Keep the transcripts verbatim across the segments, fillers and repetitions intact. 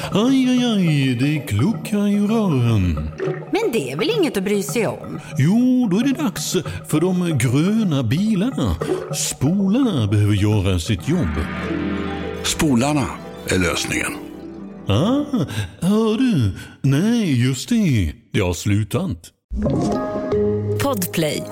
Aj, aj, aj, det kluckar i rören. Men det är väl inget att bry sig om? Jo, då är det dags för de gröna bilarna. Spolarna behöver göra sitt jobb. Spolarna är lösningen. Ah, hör du? Nej, just det. Det har slutat. Podplay.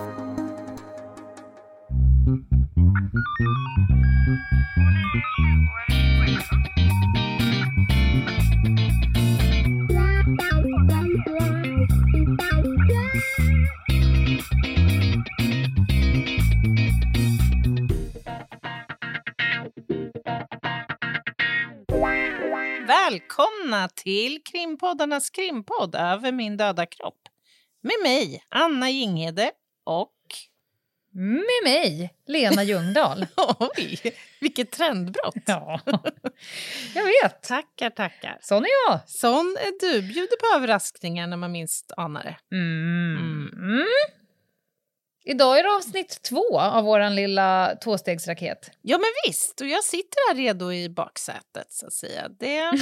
Välkomna till krimpoddarnas krimpodd Över min döda kropp. Med mig, Anna Jinghede och... Med mig, Lena Ljungdahl. Oj, vilket trendbrott. Ja, jag vet. Tackar, tackar. Sån är jag. Sån är du. Bjuder på överraskningar när man minst anar det. Mm. Mm. Idag är det avsnitt två av våran lilla tvåstegsraket. Ja, men visst. Och jag sitter här redo i baksätet, så att säga. Det...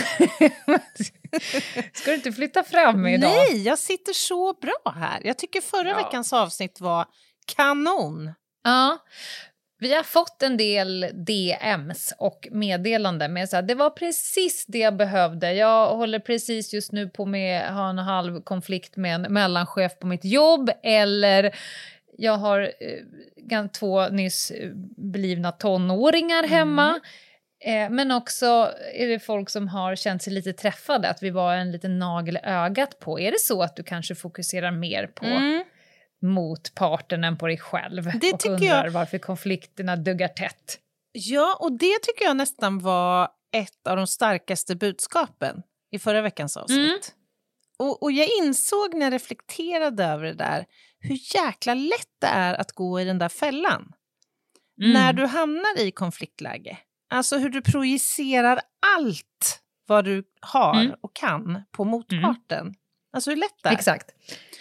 Ska du inte flytta fram idag? Nej, jag sitter så bra här. Jag tycker förra ja. veckans avsnitt var kanon. Ja, vi har fått en del D M's och meddelanden med så här, det var precis det jag behövde. Jag håller precis just nu på med att ha en halv konflikt med en mellanchef på mitt jobb, eller jag har eh, två nyss blivna tonåringar hemma. Mm. Eh, men också är det folk som har känt sig lite träffade, att vi var en liten nagel i ögat på. Är det så att du kanske fokuserar mer på mm. motparten än på dig själv? Det och tycker undrar jag... varför konflikterna duggar tätt. Ja, och det tycker jag nästan var ett av de starkaste budskapen i förra veckans avsnitt. Mm. Och, och jag insåg när jag reflekterade över det där hur jäkla lätt det är att gå i den där fällan. Mm. När du hamnar i konfliktläge. Alltså hur du projicerar allt vad du har mm. och kan på motparten. Mm. Alltså hur lätt det är. Exakt.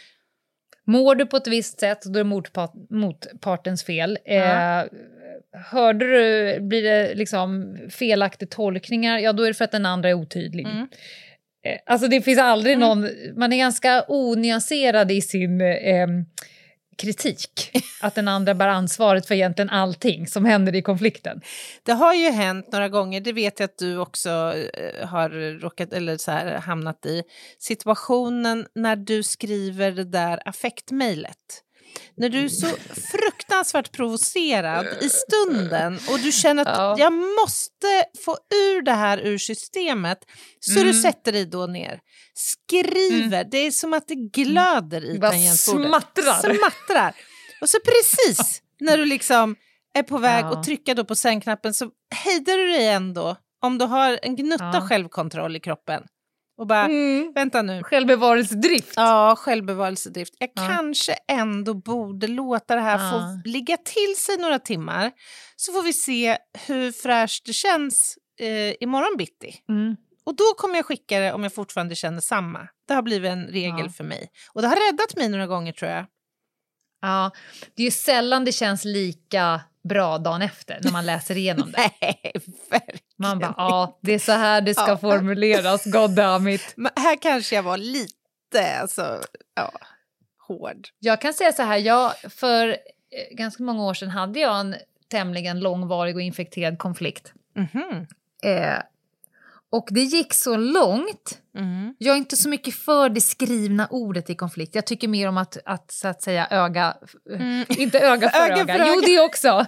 Mår du på ett visst sätt, då är det motpart, motpartens fel. Mm. Eh, hörde du, blir det liksom felaktiga tolkningar, ja då är det för att den andra är otydlig. Mm. Alltså det finns aldrig mm. någon, man är ganska onyanserad i sin eh, kritik. Att den andra bär ansvaret för egentligen allting som händer i konflikten. Det har ju hänt några gånger, det vet jag att du också eh, har råkat, eller så här, hamnat i. Situationen när du skriver det där affektmejlet. När du är så fruktansvärt provocerad i stunden och du känner att ja. jag måste få ur det här ur systemet, så mm. du sätter dig då ner. Skriver, mm. det är som att det glöder i tangentbordet. Smattrar. Smattrar. Och så precis när du liksom är på väg ja. att trycka då på sändknappen, så hejdar du dig ändå om du har en gnutta ja. självkontroll i kroppen. Och bara, mm. vänta nu. Självbevarelsedrift. Ja, självbevarelsedrift. Jag ja. kanske ändå borde låta det här ja. få ligga till sig några timmar. Så får vi se hur fräscht det känns eh, imorgon bitti. Mm. Och då kommer jag skicka det om jag fortfarande känner samma. Det har blivit en regel ja. för mig. Och det har räddat mig några gånger, tror jag. Ja, det är ju sällan det känns lika bra dagen efter när man läser igenom det. Nej, verkligen. Man bara, ja, det är så här det ska ja. formuleras, goddammit. Men här kanske jag var lite, alltså, ja, hård. Jag kan säga så här, jag, för ganska många år sedan hade jag en tämligen långvarig och infekterad konflikt. Mm-hmm. Eh, och det gick så långt. Mm. Jag är inte så mycket för det skrivna ordet i konflikt. Jag tycker mer om att, att så att säga öga, mm. inte öga för öga. öga. För jo, öga. Det också.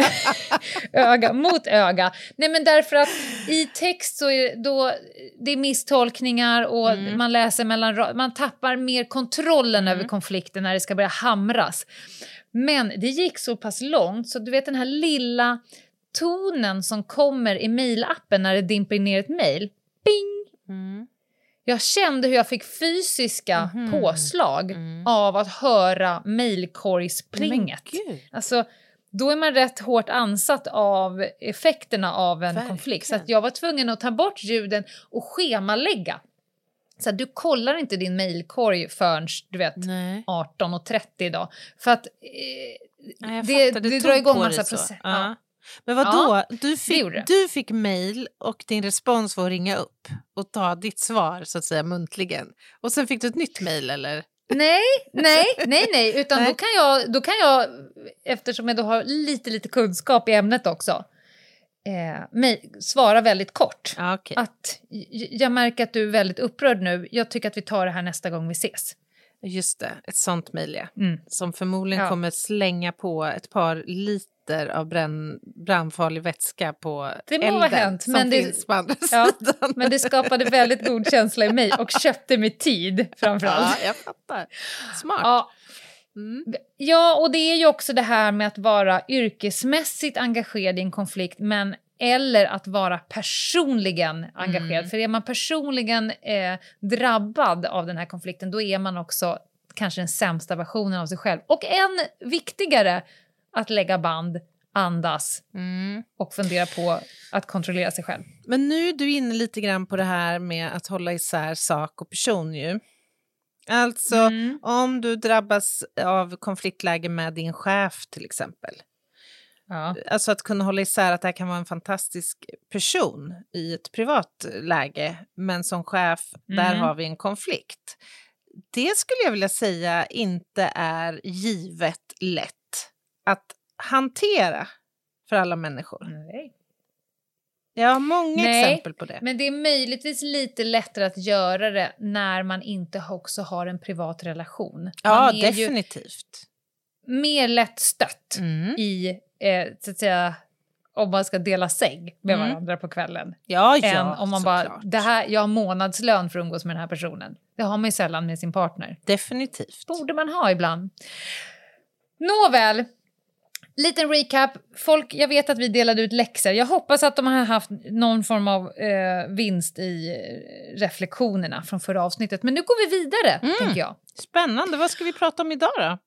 Öga mot öga. Nej, men därför att i text så är då, det är misstolkningar och mm. man läser mellan, man tappar mer kontrollen mm. över konflikten när det ska börja hamras. Men det gick så pass långt så du vet den här lilla tonen som kommer i mejlappen när det dimper ner ett mejl. Bing! Mm. Jag kände hur jag fick fysiska mm. påslag mm. av att höra mejlkorgsplinget. Alltså, då är man rätt hårt ansatt av effekterna av en Verkligen. konflikt. Så att jag var tvungen att ta bort ljuden och schemalägga. Så att du kollar inte din mejlkorg förrän du vet arton och trettio idag. För att eh, Nej, det, fattar, det, det drar igång massa processer. Ja. Men vadå? Ja, du, fick, du fick mejl och din respons var att ringa upp och ta ditt svar så att säga muntligen. Och sen fick du ett nytt mejl eller? Nej, nej, nej, nej. Utan nej. Då, kan jag, då kan jag, eftersom jag då har lite, lite kunskap i ämnet också, eh, mig, svara väldigt kort. Ah, okay. Att jag märker att du är väldigt upprörd nu. Jag tycker att vi tar det här nästa gång vi ses. Just det, ett sånt mejl ja. Mm. Som förmodligen ja. kommer slänga på ett par liter av bränn, brandfarlig vätska på det må elden ha hänt, som men finns det, på andra ja, sidan. Men det skapade väldigt god känsla i mig och köpte mig tid framförallt. Ja, jag fattar. Smart. Ja. Mm. Ja, och det är ju också det här med att vara yrkesmässigt engagerad i en konflikt, men eller att vara personligen engagerad. Mm. För är man personligen eh, drabbad av den här konflikten, då är man också kanske den sämsta versionen av sig själv. Och än viktigare, att lägga band, andas mm. och fundera på att kontrollera sig själv. Men nu är du inne lite grann på det här med att hålla isär sak och person ju. Alltså mm. om du drabbas av konfliktläge med din chef till exempel. Ja. Alltså att kunna hålla isär att det här kan vara en fantastisk person i ett privat läge, men som chef, mm. där har vi en konflikt. Det skulle jag vilja säga inte är givet lätt att hantera för alla människor. Nej. Jag har många Nej, exempel på det. Men det är möjligtvis lite lättare att göra det när man inte också har en privat relation. Man ja, är definitivt. Ju mer lättstött mm. i, eh, så att säga, om man ska dela säng med mm. varandra på kvällen. Ja, ja, än om man bara, det här, jag har månadslön för att umgås med den här personen. Det har man ju sällan med sin partner. Definitivt. Borde man ha ibland. Nåväl. Liten recap. Folk, jag vet att vi delade ut läxor. Jag hoppas att de har haft någon form av eh, vinst i reflektionerna från förra avsnittet. Men nu går vi vidare, mm. tänker jag. Spännande. Vad ska vi prata om idag då?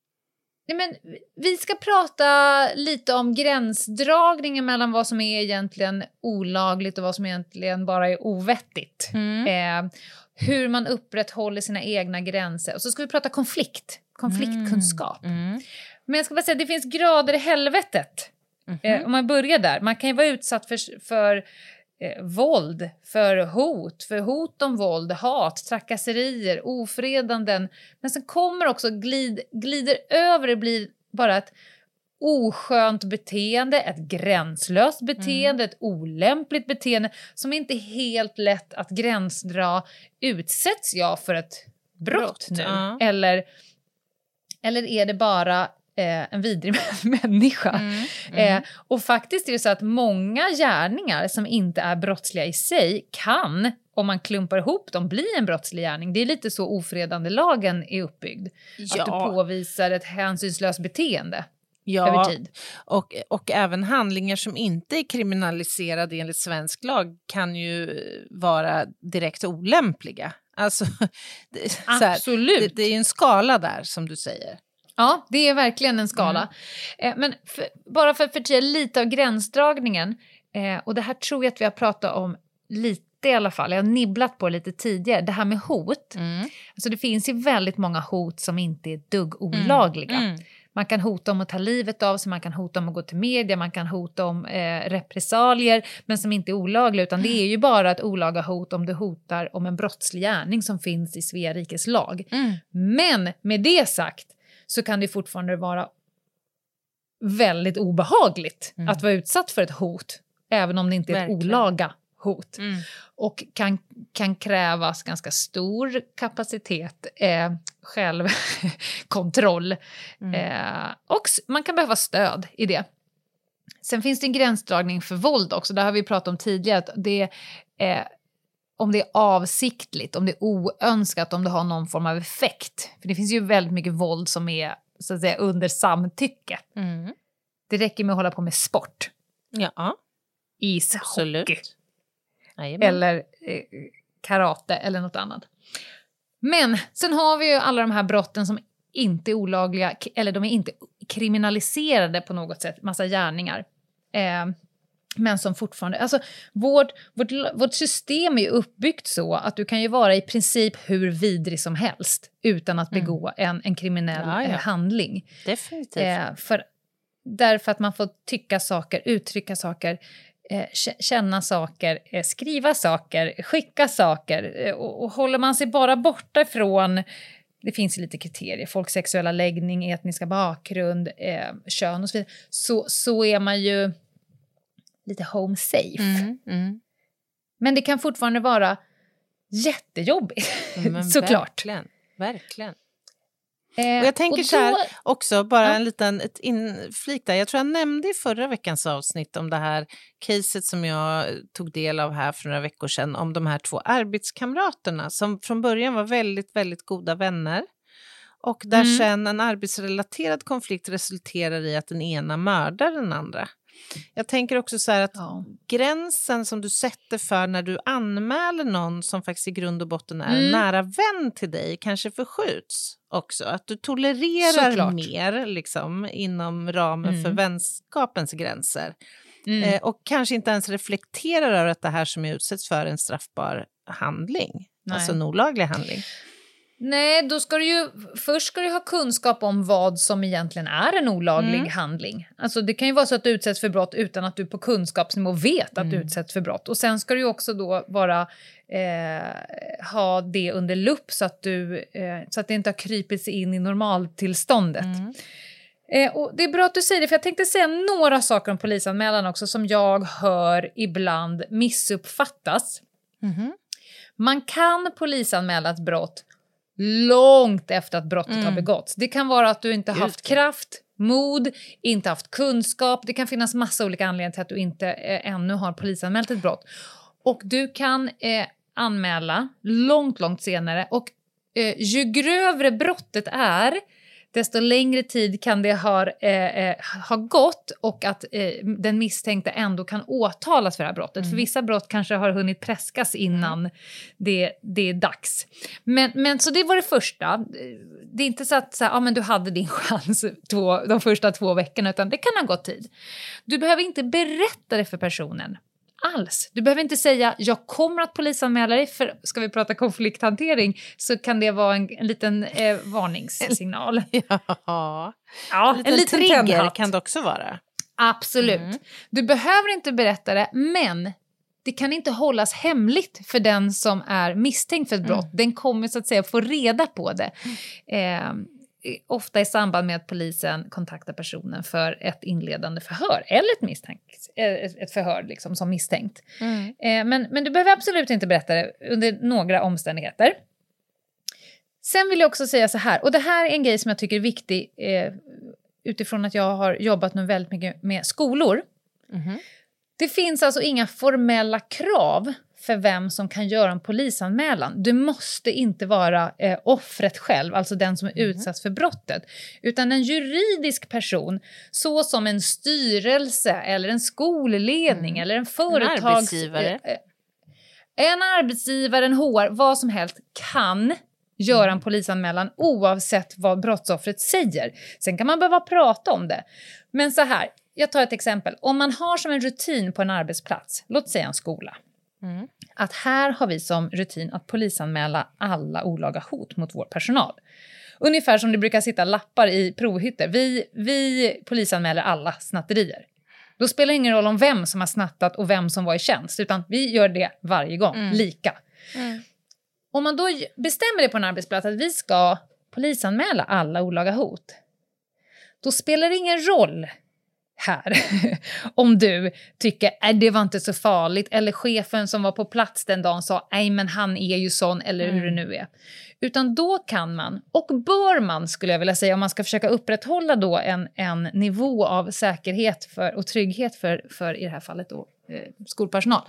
Nej, men vi ska prata lite om gränsdragningen mellan vad som är egentligen olagligt och vad som egentligen bara är ovettigt. Mm. Eh, hur man upprätthåller sina egna gränser. Och så ska vi prata konflikt. Konfliktkunskap. Mm. Mm. Men jag ska bara säga, det finns grader i helvetet. Mm-hmm. Eh, om man börjar där. Man kan ju vara utsatt för, för eh, våld, för hot, för hot om våld, hat, trakasserier, ofredanden. Men sen kommer också glid, glider över, det blir bara ett oskönt beteende, ett gränslöst beteende, mm. ett olämpligt beteende som inte är helt lätt att gränsdra. Utsätts jag för ett brott, brott nu? Ja. Eller, eller är det bara Eh, en vidrig människa. Mm, mm. Eh, och faktiskt är det så att många gärningar som inte är brottsliga i sig kan, om man klumpar ihop dem, bli en brottslig gärning. Det är lite så ofredande lagen är uppbyggd. Ja. Att du påvisar ett hänsynslöst beteende ja, över tid. Och, och även handlingar som inte är kriminaliserade enligt svensk lag kan ju vara direkt olämpliga. Alltså, det, så här, absolut. Det, det är en skala där som du säger. Ja, det är verkligen en skala. Mm. Eh, men för, bara för att förtydliga lite av gränsdragningen. Eh, och det här tror jag att vi har pratat om lite i alla fall. Jag har nibblat på lite tidigare. Det här med hot. Mm. Alltså det finns ju väldigt många hot som inte är dugg olagliga. Mm. Mm. Man kan hota om att ta livet av sig. Man kan hota om att gå till media. Man kan hota om eh, repressalier. Men som inte är olagliga. Utan det är ju bara ett olaga hot om du hotar om en brottslig gärning som finns i Svea rikes lag. Mm. Men med det sagt, så kan det fortfarande vara väldigt obehagligt mm. att vara utsatt för ett hot. Även om det inte är verkligen ett olaga hot. Mm. Och kan, kan krävas ganska stor kapacitet, eh, självkontroll. Mm. Eh, och man kan behöva stöd i det. Sen finns det en gränsdragning för våld också. Det har vi pratat om tidigare. Att det eh, om det är avsiktligt, om det är oönskat, om det har någon form av effekt. För det finns ju väldigt mycket våld som är så att säga under samtycke. Mm. Det räcker med att hålla på med sport. Ja. Ishockey. Eller eh, karate eller något annat. Men sen har vi ju alla de här brotten som inte är olagliga, eller de är inte kriminaliserade på något sätt, massa gärningar. Eh, men som fortfarande, alltså vårt, vårt, vårt system är ju uppbyggt så att du kan ju vara i princip hur vidrig som helst utan att begå mm. en, en kriminell ja, ja. handling. Definitivt. Eh, för därför att man får tycka saker, uttrycka saker, eh, känna saker, eh, skriva saker, skicka saker. Eh, och, och håller man sig bara borta ifrån, det finns ju lite kriterier, folks sexuella läggning, etniska bakgrund, eh, kön och så vidare, så, så är man ju lite home safe. Mm, mm. Men det kan fortfarande vara jättejobbigt, mm, såklart. Verkligen, verkligen. Och jag tänker och då, så här också, bara ja. en liten ett inflik där. Jag tror jag nämnde i förra veckans avsnitt om det här caset som jag tog del av här för några veckor sedan, om de här två arbetskamraterna som från början var väldigt, väldigt goda vänner. Och där mm. sen en arbetsrelaterad konflikt resulterar i att den ena mördar den andra. Jag tänker också så här att ja. gränsen som du sätter för när du anmäler någon som faktiskt i grund och botten är mm. en nära vän till dig kanske förskjuts också. Att du tolererar Såklart. mer liksom, inom ramen mm. för vänskapens gränser. Mm. Eh, och kanske inte ens reflekterar över att det här som utsätts för en straffbar handling. Nej. Alltså en olaglig handling. Nej, då ska du ju, först ska du ha kunskap om vad som egentligen är en olaglig mm. handling. Alltså det kan ju vara så att du utsätts för brott utan att du på kunskapsnivå vet att mm. du utsätts för brott. Och sen ska du ju också då vara, eh, ha det under lupp så att, du, eh, så att det inte har krypit sig in i normaltillståndet. Mm. Eh, och det är bra att du säger det, för jag tänkte säga några saker om polisanmälan också som jag hör ibland missuppfattas. Mm. Man kan polisanmäla ett brott långt efter att brottet mm. har begåtts. Det kan vara att du inte har haft kraft, mod, inte haft kunskap. Det kan finnas massa olika anledningar till att du inte eh, ännu har polisanmält ett brott. Och du kan eh, anmäla långt, långt senare. Och eh, ju grövre brottet är, desto längre tid kan det ha, eh, ha gått och att eh, den misstänkte ändå kan åtalas för det här brottet. Mm. För vissa brott kanske har hunnit preskas innan mm. det, det är dags. Men, men så det var det första. Det är inte så att så här, ja, men du hade din chans två, de första två veckorna, utan det kan ha gått tid. Du behöver inte berätta det för personen. Alls. Du behöver inte säga jag kommer att polisanmäla dig, för ska vi prata konflikthantering så kan det vara en, en liten eh, varningssignal. ja, ja en liten, en liten trigger tändhatt. Kan det också vara. Absolut. Mm. Du behöver inte berätta det, men det kan inte hållas hemligt för den som är misstänkt för ett brott. Mm. Den kommer så att säga få reda på det. Mm. Eh, ofta i samband med att polisen kontaktar personen för ett inledande förhör eller ett, misstänkt, ett förhör liksom, som misstänkt. Mm. Eh, men, men du behöver absolut inte berätta det under några omständigheter. Sen vill jag också säga så här, och det här är en grej som jag tycker är viktig eh, utifrån att jag har jobbat nu väldigt mycket med skolor. Mm. Det finns alltså inga formella krav för vem som kan göra en polisanmälan. Du måste inte vara eh, offret själv, alltså den som är mm. utsatt för brottet. Utan en juridisk person, så som en styrelse eller en skolledning mm. eller en företags... En arbetsgivare. Eh, en arbetsgivare, en H R, vad som helst kan göra en polisanmälan oavsett vad brottsoffret säger. Sen kan man behöva prata om det. Men så här, jag tar ett exempel. Om man har som en rutin på en arbetsplats, låt säga en skola. Mm. Att här har vi som rutin att polisanmäla alla olaga hot mot vår personal. Ungefär som det brukar sitta lappar i provhytter. Vi, vi polisanmäler alla snatterier. Då spelar det ingen roll om vem som har snattat och vem som var i tjänst. Utan vi gör det varje gång, mm. lika. Mm. Om man då bestämmer det på en arbetsplats att vi ska polisanmäla alla olaga hot. Då spelar det ingen roll här om du tycker att det var inte så farligt, eller chefen som var på plats den dagen sa nej men han är ju sån, eller mm. hur det nu är. Utan då kan man, och bör man skulle jag vilja säga, om man ska försöka upprätthålla då en, en nivå av säkerhet för, och trygghet för, för i det här fallet då eh, skolpersonal.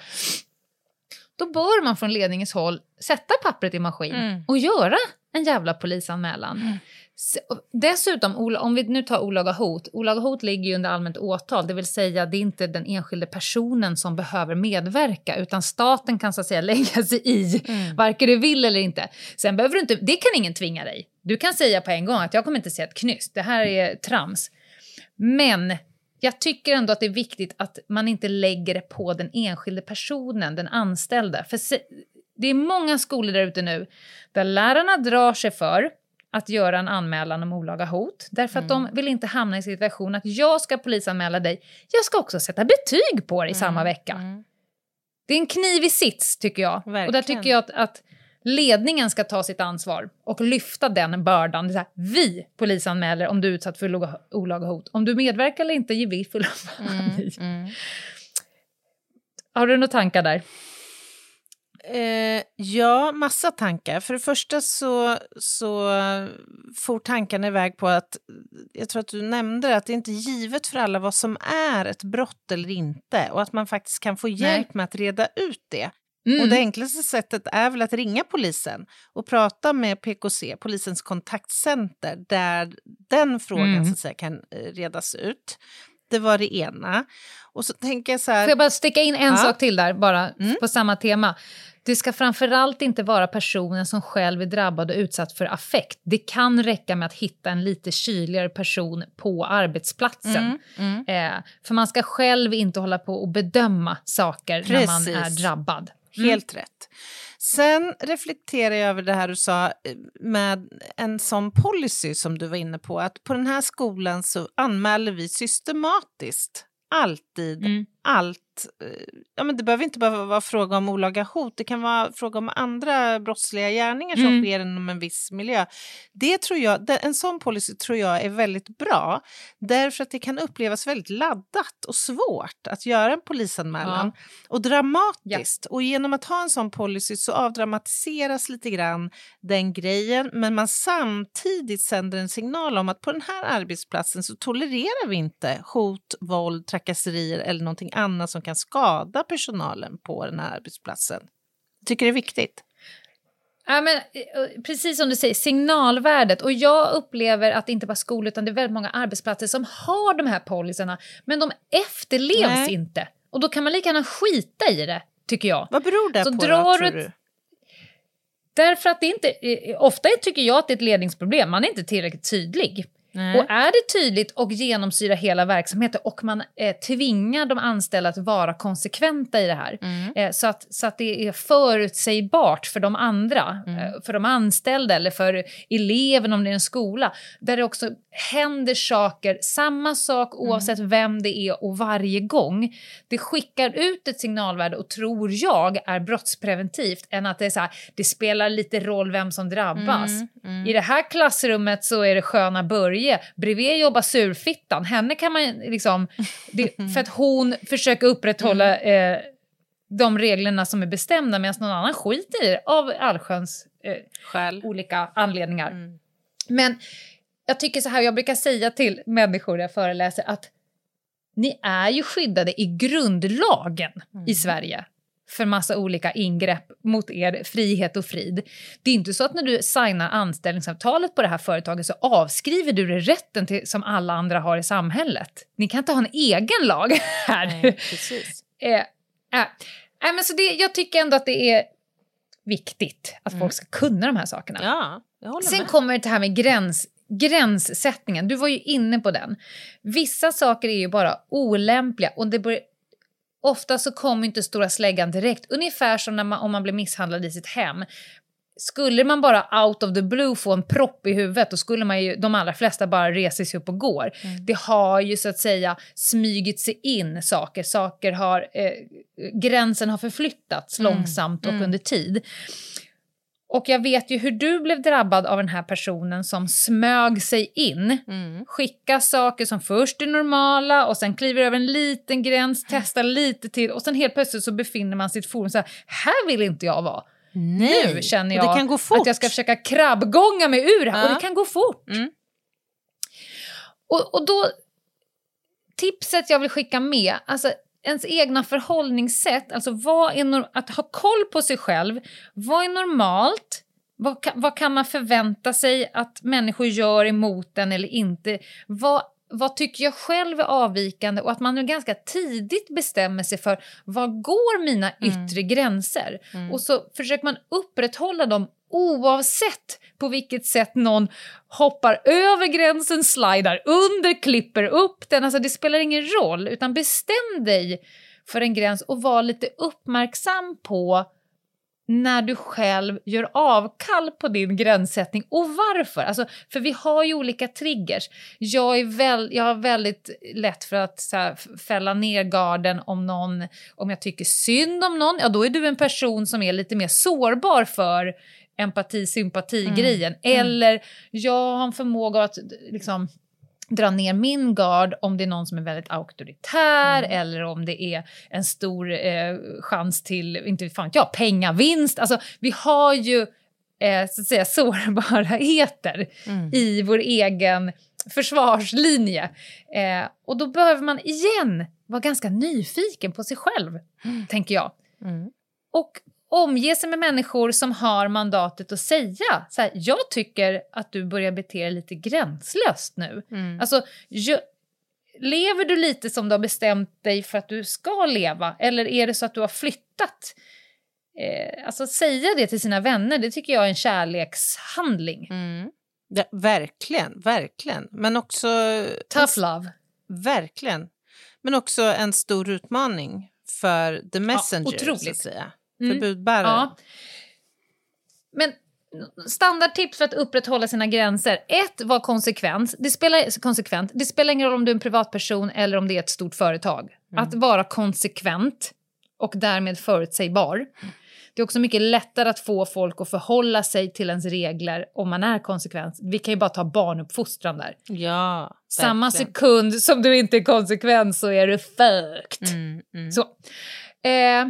Då bör man från ledningens håll sätta pappret i maskin mm. och göra en jävla polisanmälan. Mm. Dessutom, om vi nu tar olaga hot. Olaga hot ligger ju under allmänt åtal. Det vill säga, det är inte den enskilde personen som behöver medverka. Utan staten kan så att säga lägga sig i. Mm. Varken du vill eller inte. Sen behöver du inte, det kan ingen tvinga dig. Du kan säga på en gång att jag kommer inte säga ett knyst. Det här är trams. Men jag tycker ändå att det är viktigt att man inte lägger det på den enskilde personen, den anställda. För se, det är många skolor där ute nu där lärarna drar sig för att göra en anmälan om olaga hot. Därför att mm. de vill inte hamna i situation att jag ska polisanmäla dig. Jag ska också sätta betyg på dig mm. samma vecka. Mm. Det är en knivig sits tycker jag. Verkligen. Och där tycker jag att, att ledningen ska ta sitt ansvar och lyfta den bördan. Det är så här, vi polisanmäler om du är utsatt för olaga, olaga hot. Om du medverkar eller inte, ger vi fulla mm. mm. Har du några tankar där? Eh, ja, massa tankar. För det första så, så får tankarna iväg på att, jag tror att du nämnde att det är inte givet för alla vad som är ett brott eller inte. Och att man faktiskt kan få hjälp Nej. med att reda ut det. Mm. Och det enklaste sättet är väl att ringa polisen och prata med P K C, polisens kontaktcenter, där den frågan mm. så att säga, kan redas ut. Det var det ena. Och så tänker jag så här... Får jag bara sticka in en ja. sak till där, bara mm. på samma tema. Det ska framförallt inte vara personen som själv är drabbad och utsatt för affekt. Det kan räcka med att hitta en lite kyligare person på arbetsplatsen. Mm. Mm. Eh, för man ska själv inte hålla på och bedöma saker Precis. när man är drabbad. Mm. Helt rätt. Sen reflekterar jag över det här du sa med en sån policy som du var inne på. Att på den här skolan så anmäler vi systematiskt alltid mm. allt. Ja, men det behöver inte bara vara fråga om olaga hot. Det kan vara fråga om andra brottsliga gärningar som mm. sker inom en viss miljö. Det tror jag, en sån policy tror jag är väldigt bra. Därför att det kan upplevas väldigt laddat och svårt att göra en polisanmälan. Ja. Och dramatiskt. Ja. Och genom att ha en sån policy så avdramatiseras lite grann den grejen. Men man samtidigt sänder en signal om att på den här arbetsplatsen så tolererar vi inte hot, våld, trakasserier eller någonting annat som kan skada personalen på den här arbetsplatsen. Jag tycker det är viktigt. Ja, men, precis som du säger, signalvärdet. Och jag upplever att det inte bara skolor utan det är väldigt många arbetsplatser som har de här policyerna. Men de efterlevs Nej. inte. Och då kan man lika gärna skita i det, tycker jag. Vad beror det Så på drar då, tror ett... du? Därför att det inte... Ofta tycker jag att det är ett ledningsproblem. Man är inte tillräckligt tydlig. Nej. Och är det tydligt och genomsyrar hela verksamheten och man eh, tvingar de anställda att vara konsekventa i det här mm. eh, så, att, så att det är förutsägbart för de andra, mm. eh, för de anställda eller för eleven om det är en skola, där det också händer saker, samma sak oavsett mm. vem det är och varje gång. Det skickar ut ett signalvärde och tror jag är brottspreventivt än att det är så här, det spelar lite roll vem som drabbas. Mm. Mm. I det här klassrummet så är det sköna Börje. Bredvid jobbar surfittan. Henne kan man liksom... Det, för att hon försöker upprätthålla eh, de reglerna som är bestämda medan någon annan skiter i det av allsköns eh, olika anledningar. Mm. Men jag tycker så här, jag brukar säga till människor jag föreläser att ni är ju skyddade i grundlagen mm. i Sverige för massa olika ingrepp mot er frihet och frid. Det är inte så att när du signar anställningsavtalet på det här företaget så avskriver du det rätten till, som alla andra har i samhället. Ni kan inte ha en egen lag här. Nej, precis. eh, äh, äh, men så det, jag tycker ändå att det är viktigt att mm. folk ska kunna de här sakerna. Ja, jag håller Sen med. kommer det här med gräns, gränssättningen. Du var ju inne på den. Vissa saker är ju bara olämpliga och det bör ofta så kommer inte stora släggan direkt. Ungefär som när man, om man blir misshandlad i sitt hem. Skulle man bara out of the blue få en propp i huvudet, då skulle man ju, de allra flesta bara reser sig upp och går. Mm. Det har ju så att säga smygit sig in saker. Saker har, eh, gränsen har förflyttats mm. långsamt och mm. under tid. Och jag vet ju hur du blev drabbad av den här personen som smög sig in. Mm. Skickar saker som först är normala och sen kliver över en liten gräns, testar lite till. Och sen helt plötsligt så befinner man sitt forum så här, här vill inte jag vara. Nej. Nu känner jag det kan gå fort. Att jag ska försöka krabbgånga mig ur det här. Ja. Och det kan gå fort. Mm. Och, och då, tipset jag vill skicka med, alltså ens egna förhållningssätt, alltså vad är no- att ha koll på sig själv, vad är normalt, vad kan, vad kan man förvänta sig att människor gör emot en eller inte, vad, vad tycker jag själv är avvikande och att man nu ganska tidigt bestämmer sig för vad går mina yttre mm. gränser mm. och så försöker man upprätthålla dem oavsett på vilket sätt någon hoppar över gränsen, slidar under, klipper upp den. Alltså det spelar ingen roll, utan bestäm dig för en gräns och var lite uppmärksam på när du själv gör avkall på din gränssättning. Och varför? Alltså, för vi har ju olika triggers. Jag, är väl, jag har väldigt lätt för att så här, fälla ner garden om någon, om jag tycker synd om någon. Ja, då är du en person som är lite mer sårbar för empati-sympati-grejen. Mm. Eller jag har en förmåga att liksom dra ner min gard om det är någon som är väldigt auktoritär mm. eller om det är en stor eh, chans till, inte fan, ja, pengavinst. Alltså vi har ju eh, så att säga sårbarheter mm. i vår egen försvarslinje. Eh, och då behöver man igen vara ganska nyfiken på sig själv, mm. tänker jag. Mm. Och omge sig med människor som har mandatet att säga så här, jag tycker att du börjar bete dig lite gränslöst nu. Mm. Alltså, jag, lever du lite som du har bestämt dig för att du ska leva? Eller är det så att du har flyttat? Eh, alltså säga det till sina vänner, det tycker jag är en kärlekshandling. Mm. Ja, verkligen, verkligen. Men också... Tough love. Verkligen. Men också en stor utmaning för the messenger, ja, otroligt. Så att säga. Mm. För budbärare. Ja. Men standardtips för att upprätthålla sina gränser. Ett, var konsekvent. Det spelar, konsekvent. Det spelar ingen roll om du är en privatperson eller om det är ett stort företag. Mm. Att vara konsekvent och därmed förutsägbar. Mm. Det är också mycket lättare att få folk att förhålla sig till ens regler om man är konsekvent. Vi kan ju bara ta barnuppfostran där. Ja, samma verkligen. Sekund som du inte är konsekvent så är du fucked. Mm, mm. Så. Eh...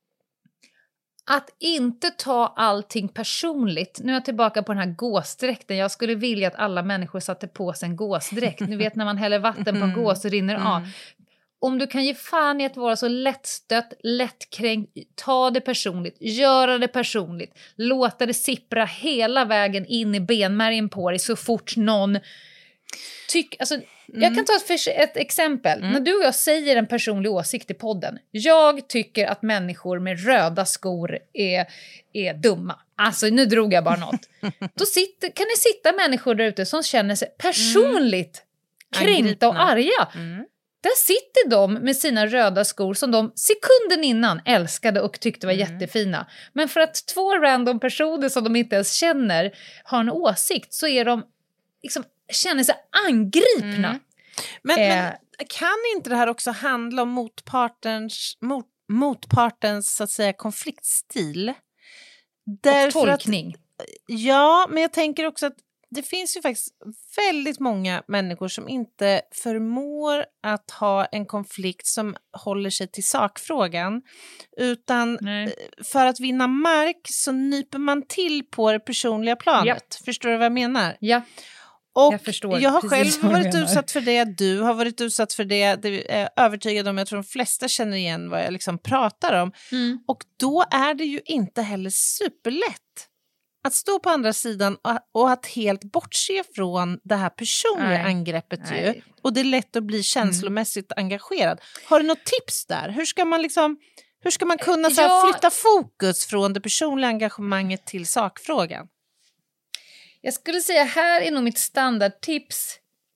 Att inte ta allting personligt. Nu är jag tillbaka på den här gåsdräkten. Jag skulle vilja att alla människor satte på sig en gåsdräkt. Ni vet när man häller vatten på en gås så rinner det av. Mm. Om du kan ge fan i att vara så lättstött, lättkränkt, ta det personligt, göra det personligt. Låta det sippra hela vägen in i benmärgen på dig så fort någon... Tyck, alltså, mm. Jag kan ta ett, ett exempel. Mm. När du och jag säger en personlig åsikt i podden. Jag tycker att människor med röda skor är, är dumma. Alltså nu drog jag bara något. Då sitter, kan det sitta människor där ute som känner sig personligt mm. kränkta och arga. Mm. Där sitter de med sina röda skor som de sekunden innan älskade och tyckte var mm. jättefina. Men för att två random personer som de inte ens känner har en åsikt så är de liksom känner sig angripna. Mm. Men, eh. men kan inte det här också handla om motpartens, mot, motpartens så att säga konfliktstil? Därför och tolkning. Att, ja, men jag tänker också att det finns ju faktiskt väldigt många människor som inte förmår att ha en konflikt som håller sig till sakfrågan. Utan Nej. för att vinna mark så nyper man till på det personliga planet. Ja. Förstår du vad jag menar? Ja. Och jag, förstår jag har själv varit utsatt för det, du har varit utsatt för det, det är jag övertygad om, jag tror de flesta känner igen vad jag liksom pratar om. Mm. Och då är det ju inte heller superlätt att stå på andra sidan och, och att helt bortse från det här personliga Nej. angreppet Nej. ju. Och det är lätt att bli känslomässigt mm. engagerad. Har du något tips där? Hur ska man liksom, hur ska man kunna så här, jag... flytta fokus från det personliga engagemanget till sakfrågan? Jag skulle säga här är nog mitt standardtips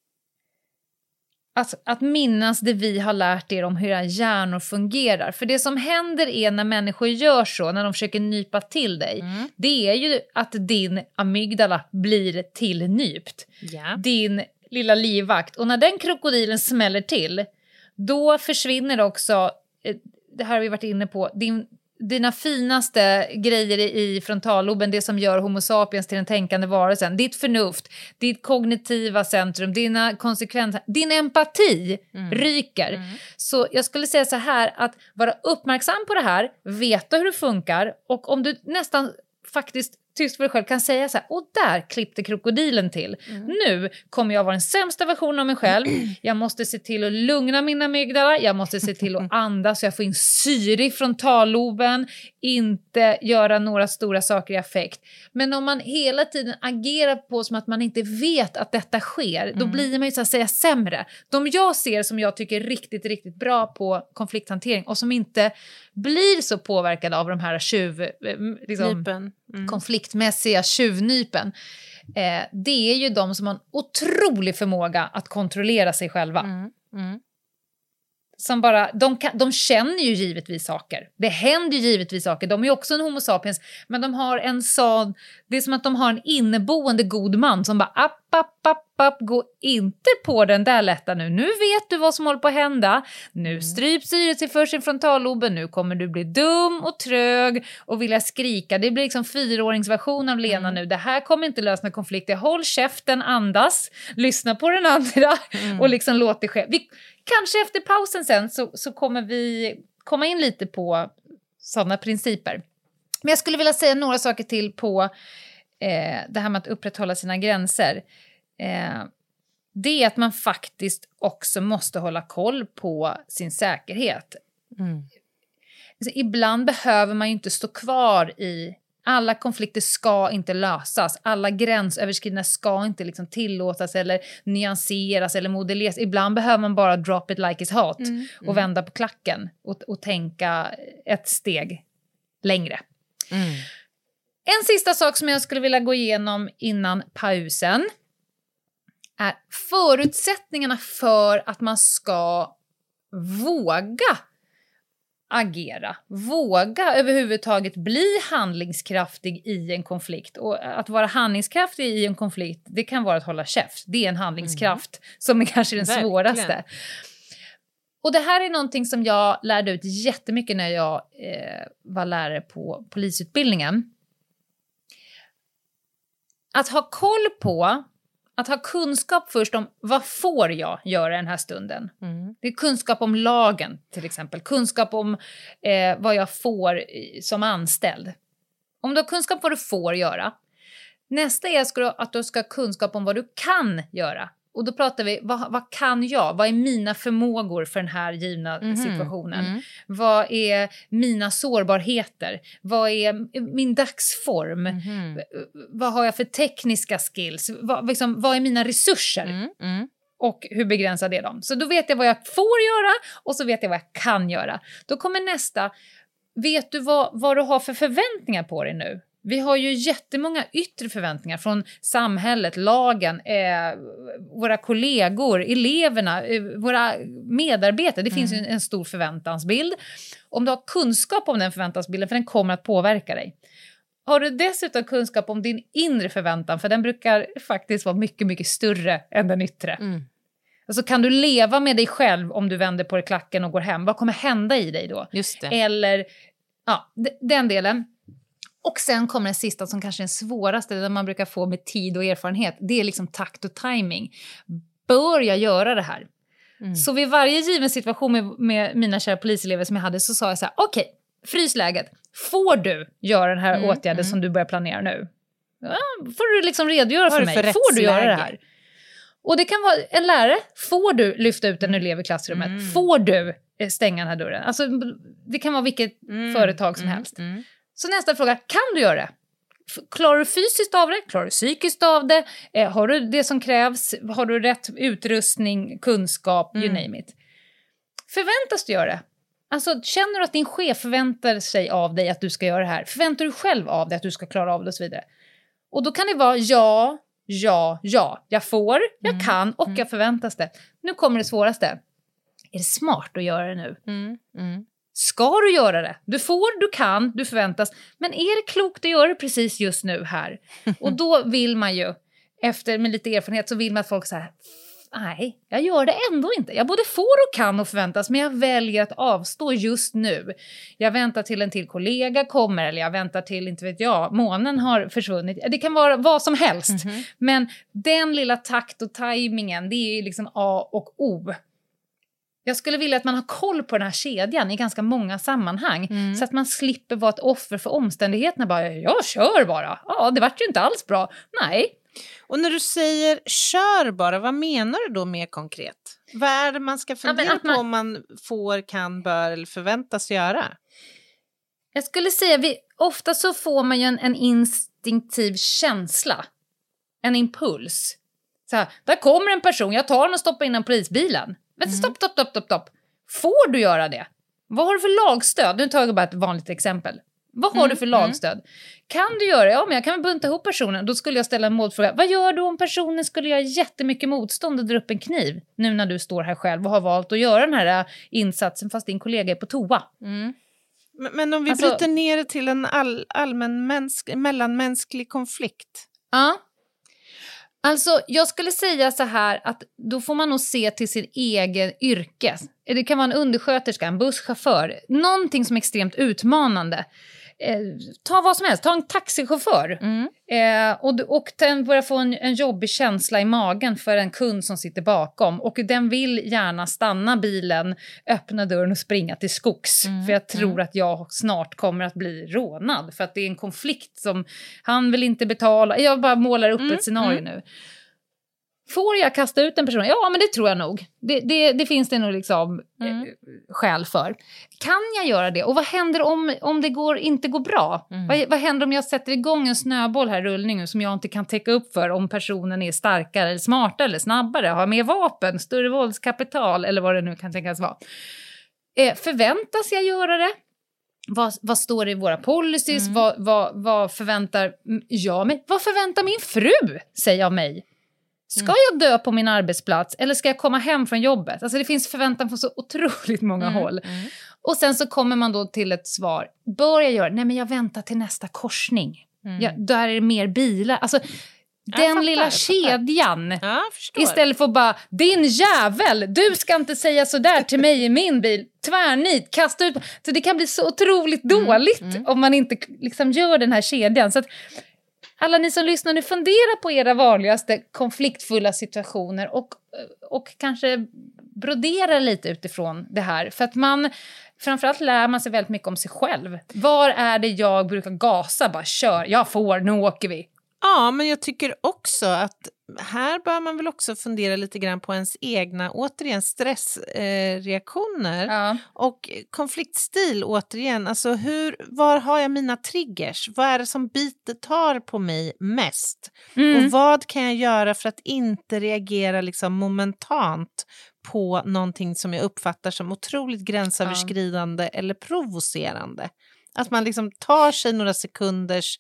att, att minnas det vi har lärt er om hur era hjärnor fungerar. För det som händer är när människor gör så, när de försöker nypa till dig, mm. det är ju att din amygdala blir tillnypt. Yeah. Din lilla livvakt. Och när den krokodilen smäller till, då försvinner också, det här har vi varit inne på, din... dina finaste grejer i frontalloben, det som gör Homo sapiens till den tänkande varelsen, ditt förnuft, ditt kognitiva centrum, dina konsekvenser, din empati mm. ryker. Mm. Så jag skulle säga så här, att vara uppmärksam på det här, veta hur det funkar, och om du nästan faktiskt tyst för dig själv kan säga så här, och där klippte krokodilen till. Mm. Nu kommer jag vara den sämsta versionen av mig själv. Jag måste se till att lugna mina amygdala. Jag måste se till att andas så jag får in syre i frontalloben. Inte göra några stora saker i affekt. Men om man hela tiden agerar på som att man inte vet att detta sker, mm. då blir man ju så att säga sämre. De jag ser som jag tycker är riktigt, riktigt bra på konflikthantering och som inte blir så påverkade av de här tjuv... Liksom, mm. konfliktmässiga tjuvnypen, eh, det är ju de som har en otrolig förmåga att kontrollera sig själva. Mm. Mm. som bara, de, kan, de känner ju givetvis saker. Det händer ju givetvis saker. De är ju också en homo sapiens. Men de har en sån, det är som att de har en inneboende god man som bara, app, app, app, app, gå inte på den där lätta nu. Nu vet du vad som håller på att hända. Nu stryps syret sig för sin frontalloben. Nu kommer du bli dum och trög och vilja skrika. Det blir liksom fyraåringsversion av Lena mm. nu. Det här kommer inte lösa konflikter. Håll käften, andas, lyssna på den andra mm. och liksom låt det ske. Vi, kanske efter pausen sen så, så kommer vi komma in lite på sådana principer. Men jag skulle vilja säga några saker till på eh, det här med att upprätthålla sina gränser. Eh, det är att man faktiskt också måste hålla koll på sin säkerhet. Mm. Alltså, ibland behöver man ju inte stå kvar i... Alla konflikter ska inte lösas. Alla gränsöverskridanden ska inte liksom tillåtas eller nyanseras eller modelleras. Ibland behöver man bara drop it like it's hot mm, och mm. vända på klacken och, och tänka ett steg längre. Mm. En sista sak som jag skulle vilja gå igenom innan pausen är förutsättningarna för att man ska våga agera, våga överhuvudtaget bli handlingskraftig i en konflikt. Och att vara handlingskraftig i en konflikt, det kan vara att hålla käft. Det är en handlingskraft mm. som är kanske den Verkligen. svåraste. Och det här är någonting som jag lärde ut jättemycket när jag eh, var lärare på polisutbildningen. Att ha koll på, att ha kunskap först om vad får jag göra den här stunden. Mm. Det är kunskap om lagen till exempel. Kunskap om eh, vad jag får som anställd. Om du har kunskap om vad du får göra. Nästa är att du ska ha kunskap om vad du kan göra. Och då pratar vi, vad, vad kan jag? Vad är mina förmågor för den här givna mm. situationen? Mm. Vad är mina sårbarheter? Vad är min dagsform? Mm. Vad har jag för tekniska skills? Vad, liksom, vad är mina resurser? Mm. Mm. Och hur begränsar det dem? Så då vet jag vad jag får göra och så vet jag vad jag kan göra. Då kommer nästa, vet du vad, vad du har för förväntningar på dig nu? Vi har ju jättemånga yttre förväntningar från samhället, lagen, eh, våra kollegor, eleverna, eh, våra medarbetare. Det mm. finns ju en, en stor förväntansbild. Om du har kunskap om den förväntansbilden, för den kommer att påverka dig. Har du dessutom kunskap om din inre förväntan, för den brukar faktiskt vara mycket, mycket större än den yttre. Mm. Alltså kan du leva med dig själv om du vänder på klacken och går hem? Vad kommer hända i dig då? Just det. Eller, ja, d- den delen. Och sen kommer den sista som kanske är den svåraste, där man brukar få med tid och erfarenhet. Det är liksom takt och timing. Bör jag göra det här? Mm. Så vid varje given situation med, med mina kära poliselever som jag hade, så sa jag så här: okej, okay, frysläget. Får du göra den här mm, åtgärden mm. som du börjar planera nu? Ja, får du liksom redogöra för mig? För får du göra det här? Och det kan vara en lärare. Får du lyfta ut en elev i klassrummet? Mm. Får du stänga den här dörren? Alltså, det kan vara vilket mm, företag som mm, helst. Mm. Så nästa fråga, kan du göra det? Klarar du fysiskt av det? Klarar du psykiskt av det? Eh, har du det som krävs? Har du rätt utrustning, kunskap, mm. you name it? Förväntas du göra det? Alltså, känner du att din chef förväntar sig av dig att du ska göra det här? Förväntar du själv av dig att du ska klara av det och så vidare? Och då kan det vara ja, ja, ja. Jag får, jag mm. kan och mm. jag förväntas det. Nu kommer det svåraste. Är det smart att göra det nu? Mm. Mm. Ska du göra det? Du får, du kan, du förväntas. Men är det klokt att göra det precis just nu här? Och då vill man ju, efter med lite erfarenhet, så vill man att folk säger: nej, jag gör det ändå inte. Jag både får och kan och förväntas, men jag väljer att avstå just nu. Jag väntar till en till kollega kommer, eller jag väntar till, inte vet jag, månen har försvunnit. Det kan vara vad som helst. Mm-hmm. Men den lilla takt och tajmingen, det är liksom A och O. Jag skulle vilja att man har koll på den här kedjan i ganska många sammanhang. Mm. Så att man slipper vara ett offer för omständigheterna. Bara, jag kör bara. Ja, det vart ju inte alls bra. Nej. Och när du säger kör bara, vad menar du då mer konkret? Vad är det man ska fundera ja, man... på om man får, kan, bör eller förväntas göra? Jag skulle säga, vi, ofta så får man ju en, en instinktiv känsla. En impuls. Så här, där kommer en person, jag tar den och stoppar in en polisbilen. Men mm. stopp, stopp, stopp, stopp, stopp. Får du göra det? Vad har du för lagstöd? Nu tar jag bara ett vanligt exempel. Vad har Mm, du för lagstöd? Mm. Kan du göra det? Ja, men jag kan väl bunta ihop personen. Då skulle jag ställa en motfråga. Vad gör du om personen skulle göra jättemycket motstånd och dra upp en kniv? Nu när du står här själv och har valt att göra den här insatsen fast din kollega är på toa. Mm. Men, men om vi alltså, bryter ner det till en all, allmän mänsk, mellanmänsklig konflikt. Ja. Alltså, jag skulle säga så här att då får man nog se till sin egen yrke. Det kan vara en undersköterska, en busschaufför. Någonting som är extremt utmanande. Eh, ta vad som helst, ta en taxichaufför. Mm. Eh, och, och den börjar få en, en jobbig känsla i magen för en kund som sitter bakom. Och den vill gärna stanna bilen, öppna dörren och springa till skogs. Mm. För jag tror mm. att jag snart kommer att bli rånad. För att det är en konflikt som han vill inte betala. Jag bara målar upp mm. ett scenario mm. nu. Får jag kasta ut en person? Ja, men det tror jag nog. Det, det, det finns det nog liksom mm. eh, skäl för. Kan jag göra det? Och vad händer om, om det går, inte går bra? Mm. Vad, vad händer om jag sätter igång en snöboll här i rullningen som jag inte kan täcka upp för om personen är starkare eller smartare eller snabbare, har mer vapen, större våldskapital eller vad det nu kan tänkas vara. Eh, förväntas jag göra det? Vad, vad står det i våra policies? Mm. Vad, vad, vad förväntar jag mig? Vad förväntar min fru sig av mig? Ska mm. jag dö på min arbetsplats eller ska jag komma hem från jobbet? Alltså det finns förväntan från så otroligt många mm. håll. Mm. Och sen så kommer man då till ett svar. Bör jag göra? Nej, men jag väntar till nästa korsning. Mm. Ja, där är det mer bilar. Alltså den fattar, lilla kedjan. Ja, istället för bara, din jävel, du ska inte säga sådär till mig i min bil. Tvärnit, kasta ut. Så det kan bli så otroligt mm. dåligt mm. om man inte liksom gör den här kedjan. Så att alla ni som lyssnar nu, fundera på era vanligaste konfliktfulla situationer och, och kanske brodera lite utifrån det här. För att man, framförallt lär man sig väldigt mycket om sig själv. Var är det jag brukar gasa? Bara kör, jag får, nu åker vi. Ja, men jag tycker också att här bör man väl också fundera lite grann på ens egna, återigen, stressreaktioner. Eh, ja. Och konfliktstil, återigen. Alltså hur, var har jag mina triggers? Vad är det som biter, tar på mig mest? Mm. Och vad kan jag göra för att inte reagera liksom momentant på någonting som jag uppfattar som otroligt gränsöverskridande ja. eller provocerande? Att man liksom tar sig några sekunders...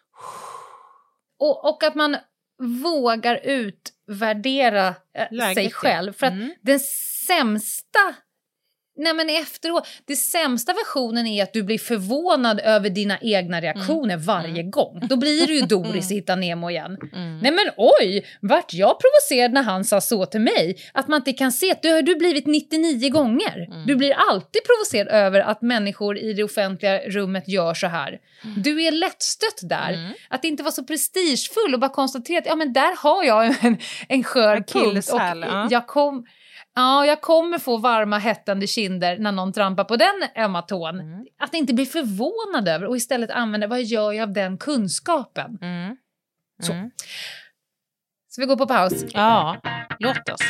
Och, och att man vågar utvärdera Läget. sig själv. För att mm. den sämsta... Nej, men efteråt, det sämsta versionen är att du blir förvånad över dina egna reaktioner mm. varje mm. gång. Då blir du ju Doris hitta Nemo igen. Mm. Nej men oj, vart jag provocerad när han sa så till mig? Att man inte kan se att du har du blivit nittionio gånger. Mm. Du blir alltid provocerad över att människor i det offentliga rummet gör så här. Mm. Du är lättstött där. Mm. Att inte vara så prestigefull och bara konstatera att ja, men där har jag en, en skör punkt. Och ja. jag kom... Ja, jag kommer få varma hettande kinder när någon trampar på den ömma tån. Mm. Att inte bli förvånad över och istället använda, vad gör jag av den kunskapen? Mm. Så. Mm. Så vi går på paus. Ja, låt oss.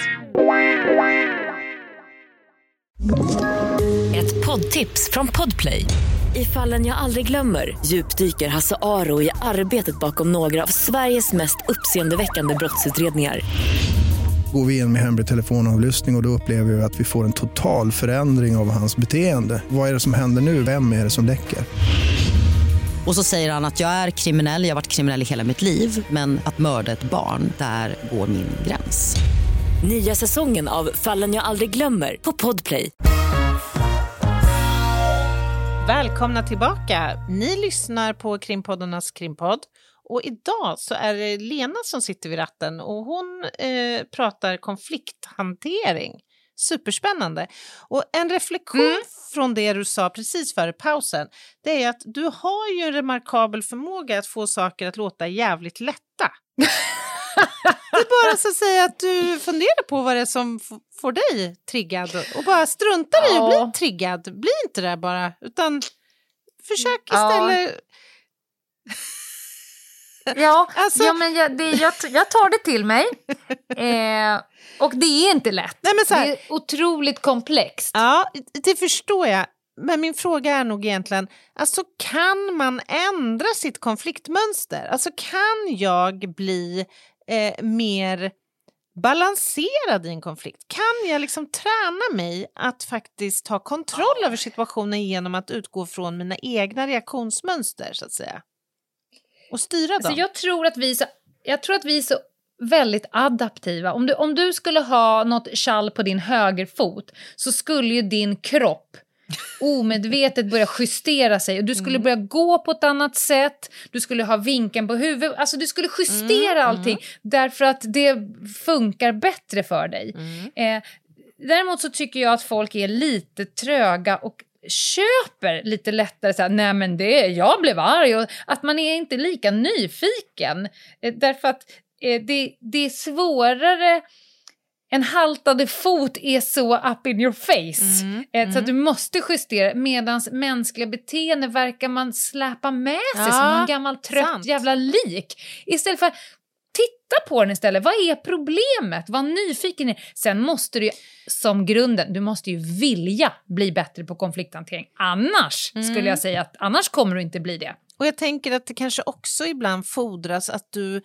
Ett poddtips från Podplay. I Fallen jag aldrig glömmer djupdyker Hasse Aro i arbetet bakom några av Sveriges mest uppseendeväckande brottsutredningar. Går vi in med hemlig telefonavlyssning och, och då upplever vi att vi får en total förändring av hans beteende. Vad är det som händer nu? Vem är det som läcker? Och så säger han att jag är kriminell, jag har varit kriminell i hela mitt liv. Men att mörda ett barn, där går min gräns. Nya säsongen av Fallen jag aldrig glömmer på Podplay. Välkomna tillbaka. Ni lyssnar på Krimpoddarnas Krimpodd. Och idag så är det Lena som sitter vid ratten och hon eh, pratar konflikthantering. Superspännande. Och en reflektion mm. från det du sa precis före pausen, det är att du har ju en remarkabel förmåga att få saker att låta jävligt lätta. Det är bara så att säga att du funderar på vad det är som f- får dig triggad och bara struntar ja. i att bli triggad. Bli inte det bara, utan försök istället... Ja. Ja, alltså, ja men jag, det, jag, jag tar det till mig. Eh, och det är inte lätt. Nej, men så här, det är otroligt komplext. Ja, det förstår jag. Men min fråga är nog egentligen, alltså kan man ändra sitt konfliktmönster? Alltså kan jag bli eh, mer balanserad i en konflikt? Kan jag liksom träna mig att faktiskt ta kontroll över situationen genom att utgå från mina egna reaktionsmönster, så att säga? Och styra dem? Alltså jag tror att vi så, jag tror att vi är så väldigt adaptiva. Om du, om du skulle ha något kall på din högerfot, så skulle ju din kropp omedvetet börja justera sig, och du skulle börja gå på ett annat sätt, du skulle ha vinkeln på huvudet, alltså du skulle justera mm, allting mm. därför att det funkar bättre för dig. Mm. Eh, däremot så tycker jag att folk är lite tröga och köper lite lättare så här, nej men det, jag blev arg, och att man är inte lika nyfiken eh, därför att eh, det, det är svårare. En haltade fot är så up in your face. Mm, eh, mm. Så att du måste justera. Medans mänskliga beteende verkar man släpa med sig ja, som en gammal trött sant. jävla lik. Istället för att titta på den istället. Vad är problemet? Var nyfiken är. Sen måste du ju, som grunden, du måste ju vilja bli bättre på konflikthantering. Annars mm. skulle jag säga att annars kommer du inte bli det. Och jag tänker att det kanske också ibland fordras att du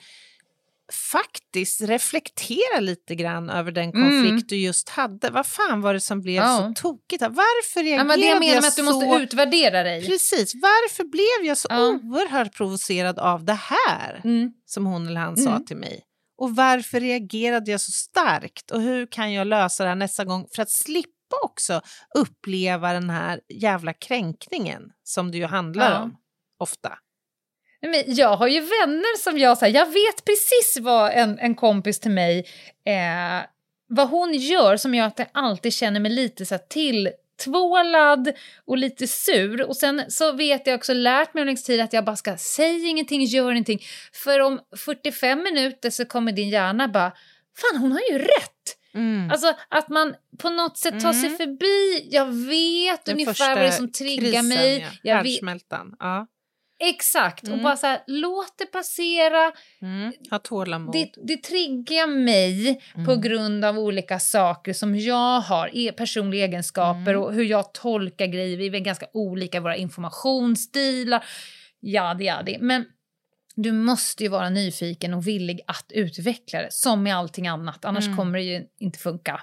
faktiskt reflektera lite grann över den konflikt mm. du just hade. Vad fan var det som blev ja. så tokigt? Varför reagerade ja, men det jag menar med att du så... måste utvärdera dig. Precis. Varför blev jag så ja. oerhört provocerad av det här mm. som hon eller han mm. sa till mig? Och varför reagerade jag så starkt? Och hur kan jag lösa det här nästa gång för att slippa också uppleva den här jävla kränkningen som det ju handlar ja. om ofta? Men jag har ju vänner som jag säger, jag vet precis vad en, en kompis till mig, eh, vad hon gör som gör att jag alltid känner mig lite så här tilltvålad och lite sur. Och sen så vet jag också lärt mig längs tid att jag bara ska säga ingenting, gör ingenting. För om fyrtiofem minuter så kommer din hjärna bara, fan hon har ju rätt. Mm. Alltså att man på något sätt tar sig mm. förbi, jag vet den ungefär vad det är som triggar krisen, mig. Ja. Härdsmältan, ja. Exakt, mm. och bara så här, låt det passera. Mm. Ha tålamod. Det, det triggar mig mm. på grund av olika saker som jag har, e- personliga egenskaper mm. och hur jag tolkar grejer. Vi är ganska olika, våra informationsstilar. Ja, det är det. Men du måste ju vara nyfiken och villig att utveckla det, som med allting annat. Annars mm. kommer det ju inte funka.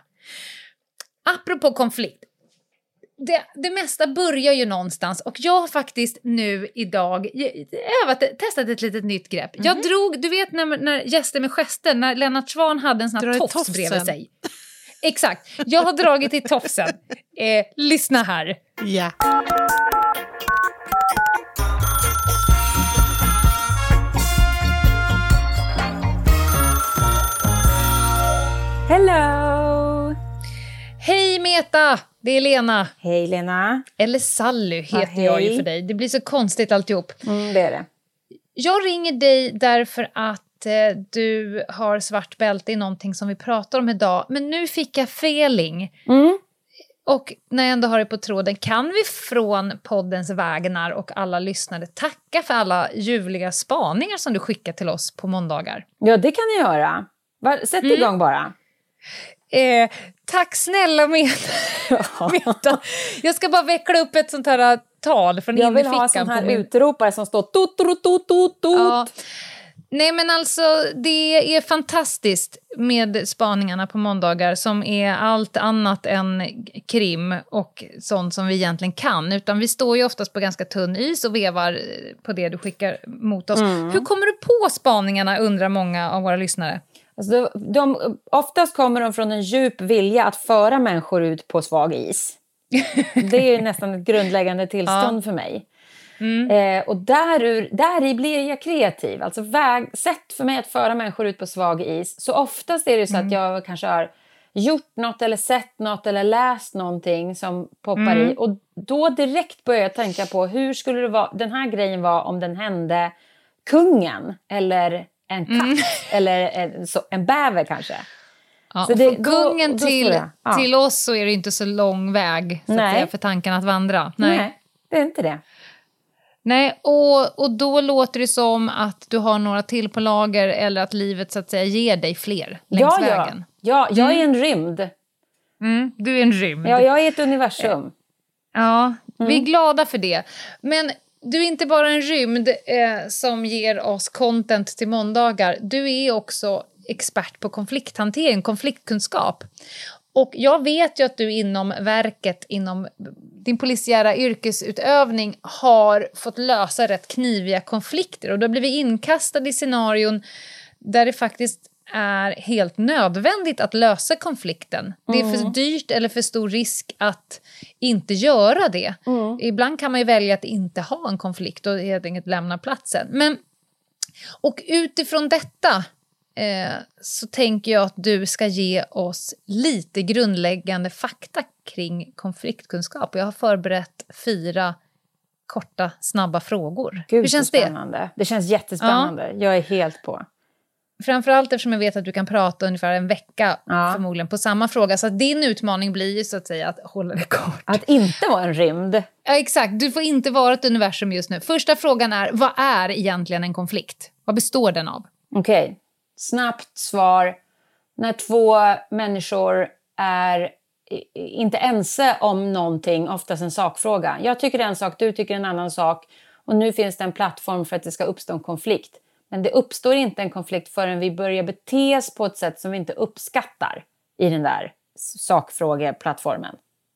Apropå konflikt. Det, det mesta börjar ju någonstans, och jag har faktiskt nu idag övat, testat ett litet nytt grepp. Mm-hmm. Jag drog, du vet när, när gäster med gester, när Lennart Swan hade en sån här tofs tofsen. bredvid sig. Exakt, jag har dragit i tofsen. Eh, lyssna här. Ja. Hello! Hej Meta! Det är Lena. Hej Lena. Eller Sally heter ja, jag ju för dig. Det blir så konstigt alltihop. Mm, det är det. Jag ringer dig därför att eh, du har svart bälte i någonting som vi pratar om idag. Men nu fick jag feeling. Mm. Och när jag ändå har det på tråden, kan vi från poddens vägnar och alla lyssnare tacka för alla ljuvliga spaningar som du skickar till oss på måndagar? Ja, det kan ni göra. Sätt mm. igång bara. Eh, tack snälla Meta. Meta. Jag ska bara veckla upp ett sånt här tal från jag vill fickan ha sån här min... utropare som står tot, tot, tot, tot, tot. Ja. Nej men alltså det är fantastiskt med spaningarna på måndagar som är allt annat än krim och sånt som vi egentligen kan, utan vi står ju oftast på ganska tunn is och vevar på det du skickar mot oss. Mm. Hur kommer du på spaningarna, undrar många av våra lyssnare. Alltså de, de, oftast kommer de från en djup vilja att föra människor ut på svag is. Det är ju nästan ett grundläggande tillstånd ja. för mig. Mm. Eh, och där, ur, där i blir jag kreativ. Alltså väg, sätt för mig att föra människor ut på svag is. Så oftast är det så mm. att jag kanske har gjort något eller sett något eller läst någonting som poppar mm. i. Och då direkt börjar jag tänka på hur skulle det vara, den här grejen var om den hände kungen eller en katt mm. eller en, så, en bäver kanske. Ja, så det, kungen då, då till, ja. till oss så är det inte så lång väg så att säga, för tanken att vandra. Nej. Nej, det är inte det. Nej, och, och då låter det som att du har några till på lager eller att livet så att säga ger dig fler längs ja, vägen. Ja, ja jag är en rymd. Mm, du är en rymd. Ja, jag är ett universum. Ja, mm. vi är glada för det. Men du är inte bara en rymd eh, som ger oss content till måndagar. Du är också expert på konflikthantering, konfliktkunskap. Och jag vet ju att du inom verket, inom din polisiära yrkesutövning har fått lösa rätt kniviga konflikter. Och då blir vi inkastade i scenarion där det faktiskt är helt nödvändigt att lösa konflikten. Det är för Mm. dyrt eller för stor risk att inte göra det. Mm. Ibland kan man ju välja att inte ha en konflikt och helt enkelt lämna platsen. Men, och utifrån detta eh, så tänker jag att du ska ge oss lite grundläggande fakta kring konfliktkunskap. Jag har förberett fyra korta, snabba frågor. Gud, Hur känns så det? spännande. Det känns jättespännande. Jag är helt på. Framförallt eftersom jag vet att du kan prata ungefär en vecka Ja. förmodligen på samma fråga. Så att din utmaning blir ju så att säga att hålla det kort. Att inte vara en rymd. Ja, exakt. Du får inte vara ett universum just nu. Första frågan är, vad är egentligen en konflikt? Vad består den av? Okej, okay. Snabbt svar. När två människor är inte ense om någonting, oftast en sakfråga. Jag tycker en sak, du tycker en annan sak. Och nu finns det en plattform för att det ska uppstå en konflikt. Men det uppstår inte en konflikt förrän vi börjar bete oss på ett sätt som vi inte uppskattar i den där sakfrågeplattformen.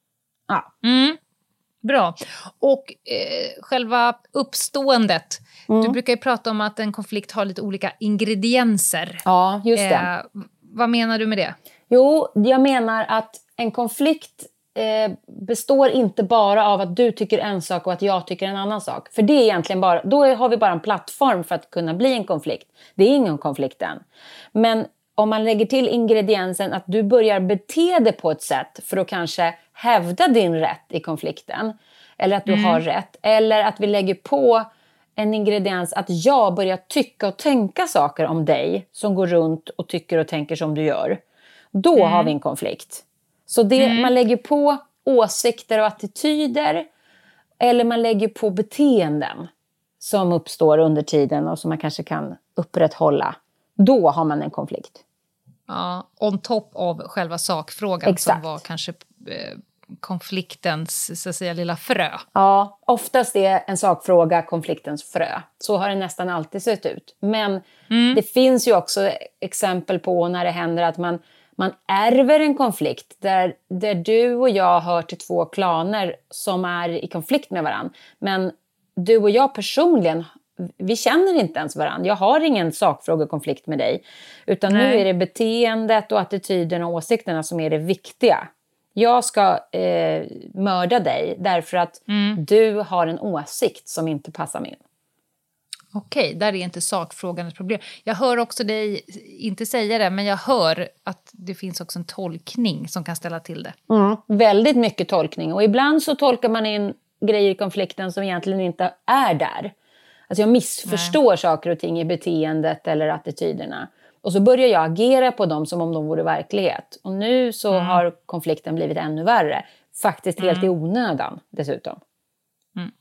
Ja. Mm. Bra. Och eh, själva uppståendet. Mm. Du brukar ju prata om att en konflikt har lite olika ingredienser. Ja, just det. Eh, vad menar du med det? Jo, jag menar att en konflikt eh, består inte bara av att du tycker en sak och att jag tycker en annan sak. För det är egentligen bara, då har vi bara en plattform för att kunna bli en konflikt. Det är ingen konflikt än. Men om man lägger till ingrediensen att du börjar bete dig på ett sätt för att kanske hävda din rätt i konflikten. Eller att du mm. har rätt. Eller att vi lägger på en ingrediens att jag börjar tycka och tänka saker om dig som går runt och tycker och tänker som du gör. Då mm. har vi en konflikt. Så det, mm. man lägger på åsikter och attityder eller man lägger på beteenden som uppstår under tiden och som man kanske kan upprätthålla. Då har man en konflikt. Ja, on top av själva sakfrågan. Exakt. Som var kanske eh, konfliktens så att säga, lilla frö. Ja, oftast är en sakfråga konfliktens frö. Så har det nästan alltid sett ut. Men mm. det finns ju också exempel på när det händer att man, man ärver en konflikt. Där, där du och jag hör till två klaner som är i konflikt med varandra. Men du och jag personligen, vi känner inte ens varandra. Jag har ingen sakfrågekonflikt med dig. Utan Nej. Nu är det beteendet och attityden och åsikterna som är det viktiga. Jag ska eh, mörda dig därför att mm. du har en åsikt som inte passar min. Okej, där är inte sakfrågan ett problem. Jag hör också dig inte säga det, men jag hör att det finns också en tolkning som kan ställa till det. Mm, väldigt mycket tolkning. Och ibland så tolkar man in grejer i konflikten som egentligen inte är där. Alltså jag missförstår Nej. saker och ting i beteendet eller attityderna. Och så börjar jag agera på dem som om de vore verklighet. Och nu så mm. har konflikten blivit ännu värre. Faktiskt helt mm. i onödan dessutom. Mm.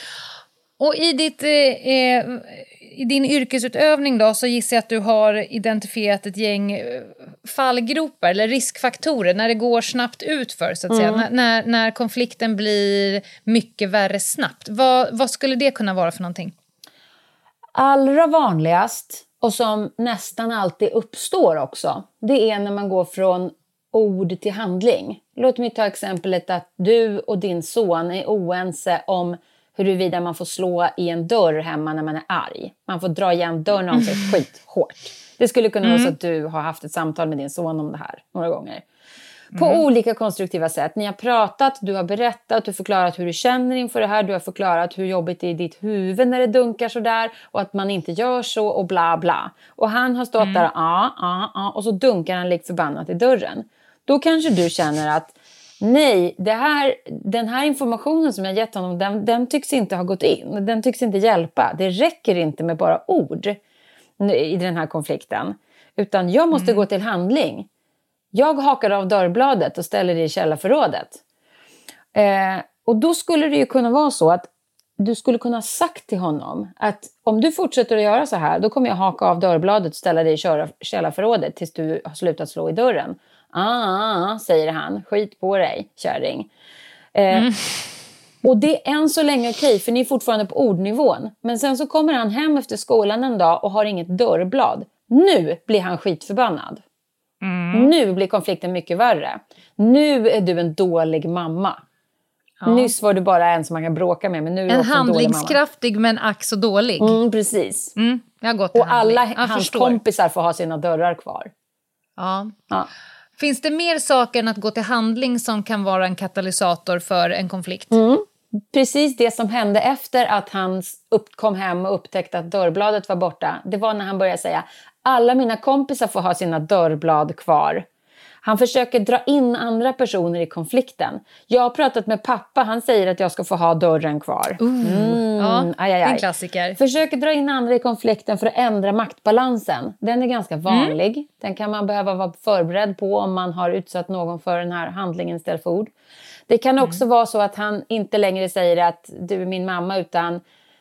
Och i, ditt, eh, i din yrkesutövning då så gissar jag att du har identifierat ett gäng fallgropar eller riskfaktorer när det går snabbt ut för så att mm. säga. När, när, när konflikten blir mycket värre snabbt. Vad, vad skulle det kunna vara för någonting? Allra vanligast och som nästan alltid uppstår också, det är när man går från ord till handling. Låt mig ta exemplet att du och din son är oense om huruvida man får slå i en dörr hemma när man är arg. Man får dra igen dörren om sig skithårt. Det skulle kunna mm. vara så att du har haft ett samtal med din son om det här några gånger. På mm. olika konstruktiva sätt. Ni har pratat, du har berättat, du har förklarat hur du känner inför det här. Du har förklarat hur jobbigt det är i ditt huvud när det dunkar så där. Och att man inte gör så och bla bla. Och han har stått mm. där, ja, ja, ja. Och så dunkar han likt förbannat i dörren. Då kanske du känner att nej, det här, den här informationen som jag gett honom, den, den tycks inte ha gått in. Den tycks inte hjälpa. Det räcker inte med bara ord i den här konflikten. Utan jag måste mm. gå till handling. Jag hakar av dörrbladet och ställer det i källarförrådet. Eh, och då skulle det ju kunna vara så att du skulle kunna ha sagt till honom att om du fortsätter att göra så här, då kommer jag haka av dörrbladet och ställa det i källarförrådet tills du har slutat slå i dörren. Ah, säger han. Skit på dig, kärring. Eh, mm. Och det är än så länge okej, för ni är fortfarande på ordnivån. Men sen så kommer han hem efter skolan en dag och har inget dörrblad. Nu blir han skitförbannad. Mm. Nu blir konflikten mycket värre. Nu är du en dålig mamma. Ja. Nyss var du bara en som man kan bråka med. Men nu är en också handlingskraftig en men ack så dålig. Mm, precis. Mm, jag har gått och alla jag hans förstår. kompisar får ha sina dörrar kvar. Ja. Ja. Finns det mer saker än att gå till handling som kan vara en katalysator för en konflikt? Mm. Precis det som hände efter att han upp, kom hem och upptäckte att dörrbladet var borta. Det var när han började säga alla mina kompisar får ha sina dörrblad kvar. Han försöker dra in andra personer i konflikten. Jag har pratat med pappa, han säger att jag ska få ha dörren kvar. Mm. Ja, aj, aj, aj. En klassiker. Försöker dra in andra i konflikten för att ändra maktbalansen. Den är ganska vanlig. Mm. Den kan man behöva vara förberedd på om man har utsatt någon för den här handlingen istället för ord. Det kan också mm. vara så att han inte längre säger att du är min mamma utan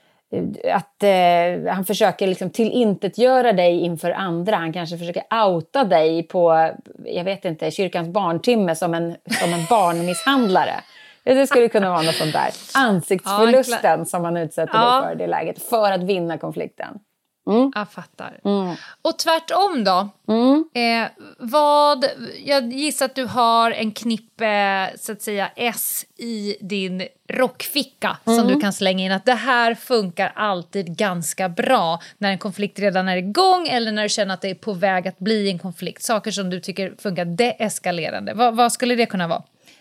att eh, han försöker liksom tillintetgöra dig inför andra. Han kanske försöker outa dig på, jag vet inte, kyrkans barntimme som en, som en barnmisshandlare. Det skulle kunna vara något sånt där. Ansiktsförlusten ja, som man utsätter ja. dig för i det läget. För att vinna konflikten. Mm. Jag fattar. Mm. Och tvärtom då? Mm. Eh, vad, jag gissar att du har en knippe så att säga S i din rockficka mm. som du kan slänga in. Att det här funkar alltid ganska bra när en konflikt redan är igång eller när du känner att det är på väg att bli en konflikt. Saker som du tycker funkar deeskalerande. Vad, vad skulle det kunna vara?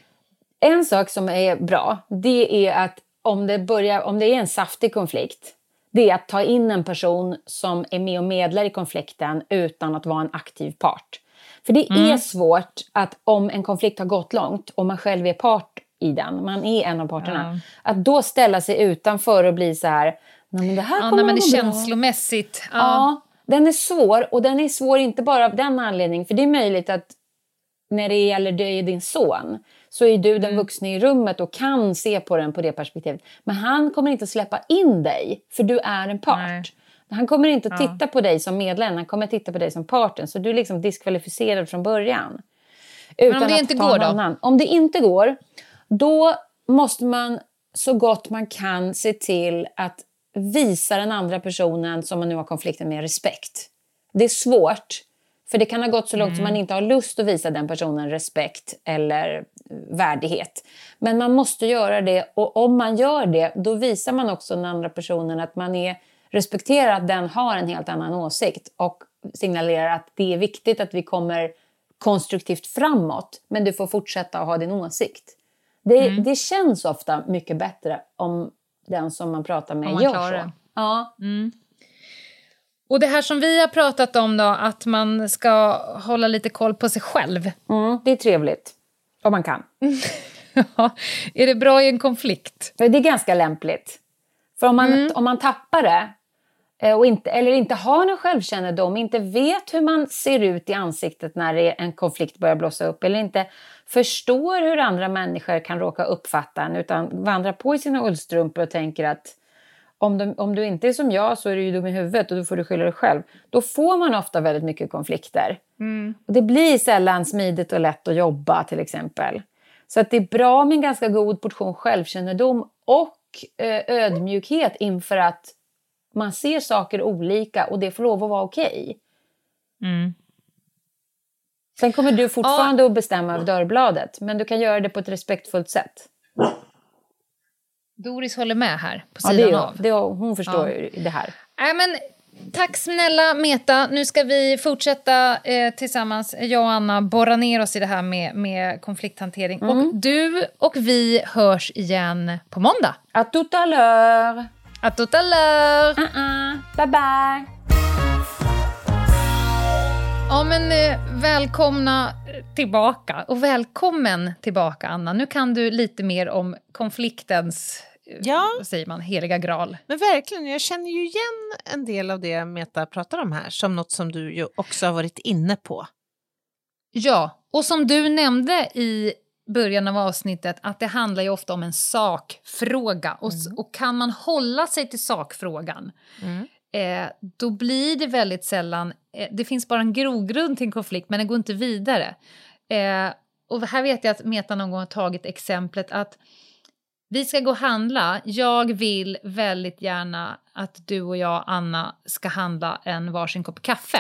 En sak som är bra, det är att om det, börjar, om det är en saftig konflikt, det är att ta in en person som är med och medlar i konflikten utan att vara en aktiv part. För det mm. är svårt att om en konflikt har gått långt och man själv är part i den, man är en av parterna, mm. att då ställa sig utanför och bli så här, nej men det här ja, kommer nej, men det är bra. känslomässigt. Ja. ja, den är svår och den är svår inte bara av den anledningen, för det är möjligt att när det gäller dig och din son så är du den vuxna i rummet och kan se på den på det perspektivet. Men han kommer inte att släppa in dig, för du är en part. Nej. Han kommer inte att titta ja. på dig som medlem, han kommer att titta på dig som parten. Så du är liksom diskvalificerad från början. Utan Men om det inte går då? Annan. Om det inte går, då måste man så gott man kan se till att visa den andra personen som man nu har konflikten med respekt. Det är svårt. För det kan ha gått så långt mm. som man inte har lust att visa den personen respekt eller värdighet. Men man måste göra det, och om man gör det, då visar man också den andra personen att man är respekterar att den har en helt annan åsikt och signalerar att det är viktigt att vi kommer konstruktivt framåt, men du får fortsätta att ha din åsikt. Det, mm. det känns ofta mycket bättre om den som man pratar med man gör så. Det. Ja. Mm. Och det här som vi har pratat om då, att man ska hålla lite koll på sig själv. Mm, det är trevligt. Om man kan. Ja, är det bra i en konflikt? Det är ganska lämpligt. För om man, mm. om man tappar det, och inte, eller inte har någon självkännedom, inte vet hur man ser ut i ansiktet när en konflikt börjar blåsa upp, eller inte förstår hur andra människor kan råka uppfatta en, utan vandrar på i sina ullstrumpor och tänker att Om du, om du inte är som jag så är du ju dum i huvudet och då får du skylla dig själv. Då får man ofta väldigt mycket konflikter. Mm. Och det blir sällan smidigt och lätt att jobba till exempel. Så att det är bra med en ganska god portion självkännedom och eh, ödmjukhet inför att man ser saker olika och det får lov att vara okej. Mm. Sen kommer du fortfarande ja. att bestämma över dörrbladet, men du kan göra det på ett respektfullt sätt. Doris håller med här på sidan ja, det är, av. Det är, hon förstår ja. ju det här. Nej, men tack snälla Meta. Nu ska vi fortsätta eh, tillsammans, jag och Anna, borra ner oss i det här med, med konflikthantering. Mm. Och du och vi hörs igen på måndag. À tout à l'heure. À tout à l'heure. Uh-uh. Bye bye. Ja, men eh, välkomna tillbaka. Och välkommen tillbaka, Anna. Nu kan du lite mer om konfliktens, ja. vad säger man, heliga graal. Men verkligen, jag känner ju igen en del av det Meta pratar om här. Som något som du ju också har varit inne på. Ja, och som du nämnde i början av avsnittet, att det handlar ju ofta om en sakfråga. Och, mm. och kan man hålla sig till sakfrågan... Mm. Eh, då blir det väldigt sällan, eh, det finns bara en grogrund till en konflikt, men det går inte vidare. Eh, och här vet jag att Meta någon gång har tagit exemplet att vi ska gå och handla. Jag vill väldigt gärna att du och jag, Anna, ska handla en varsin kopp kaffe.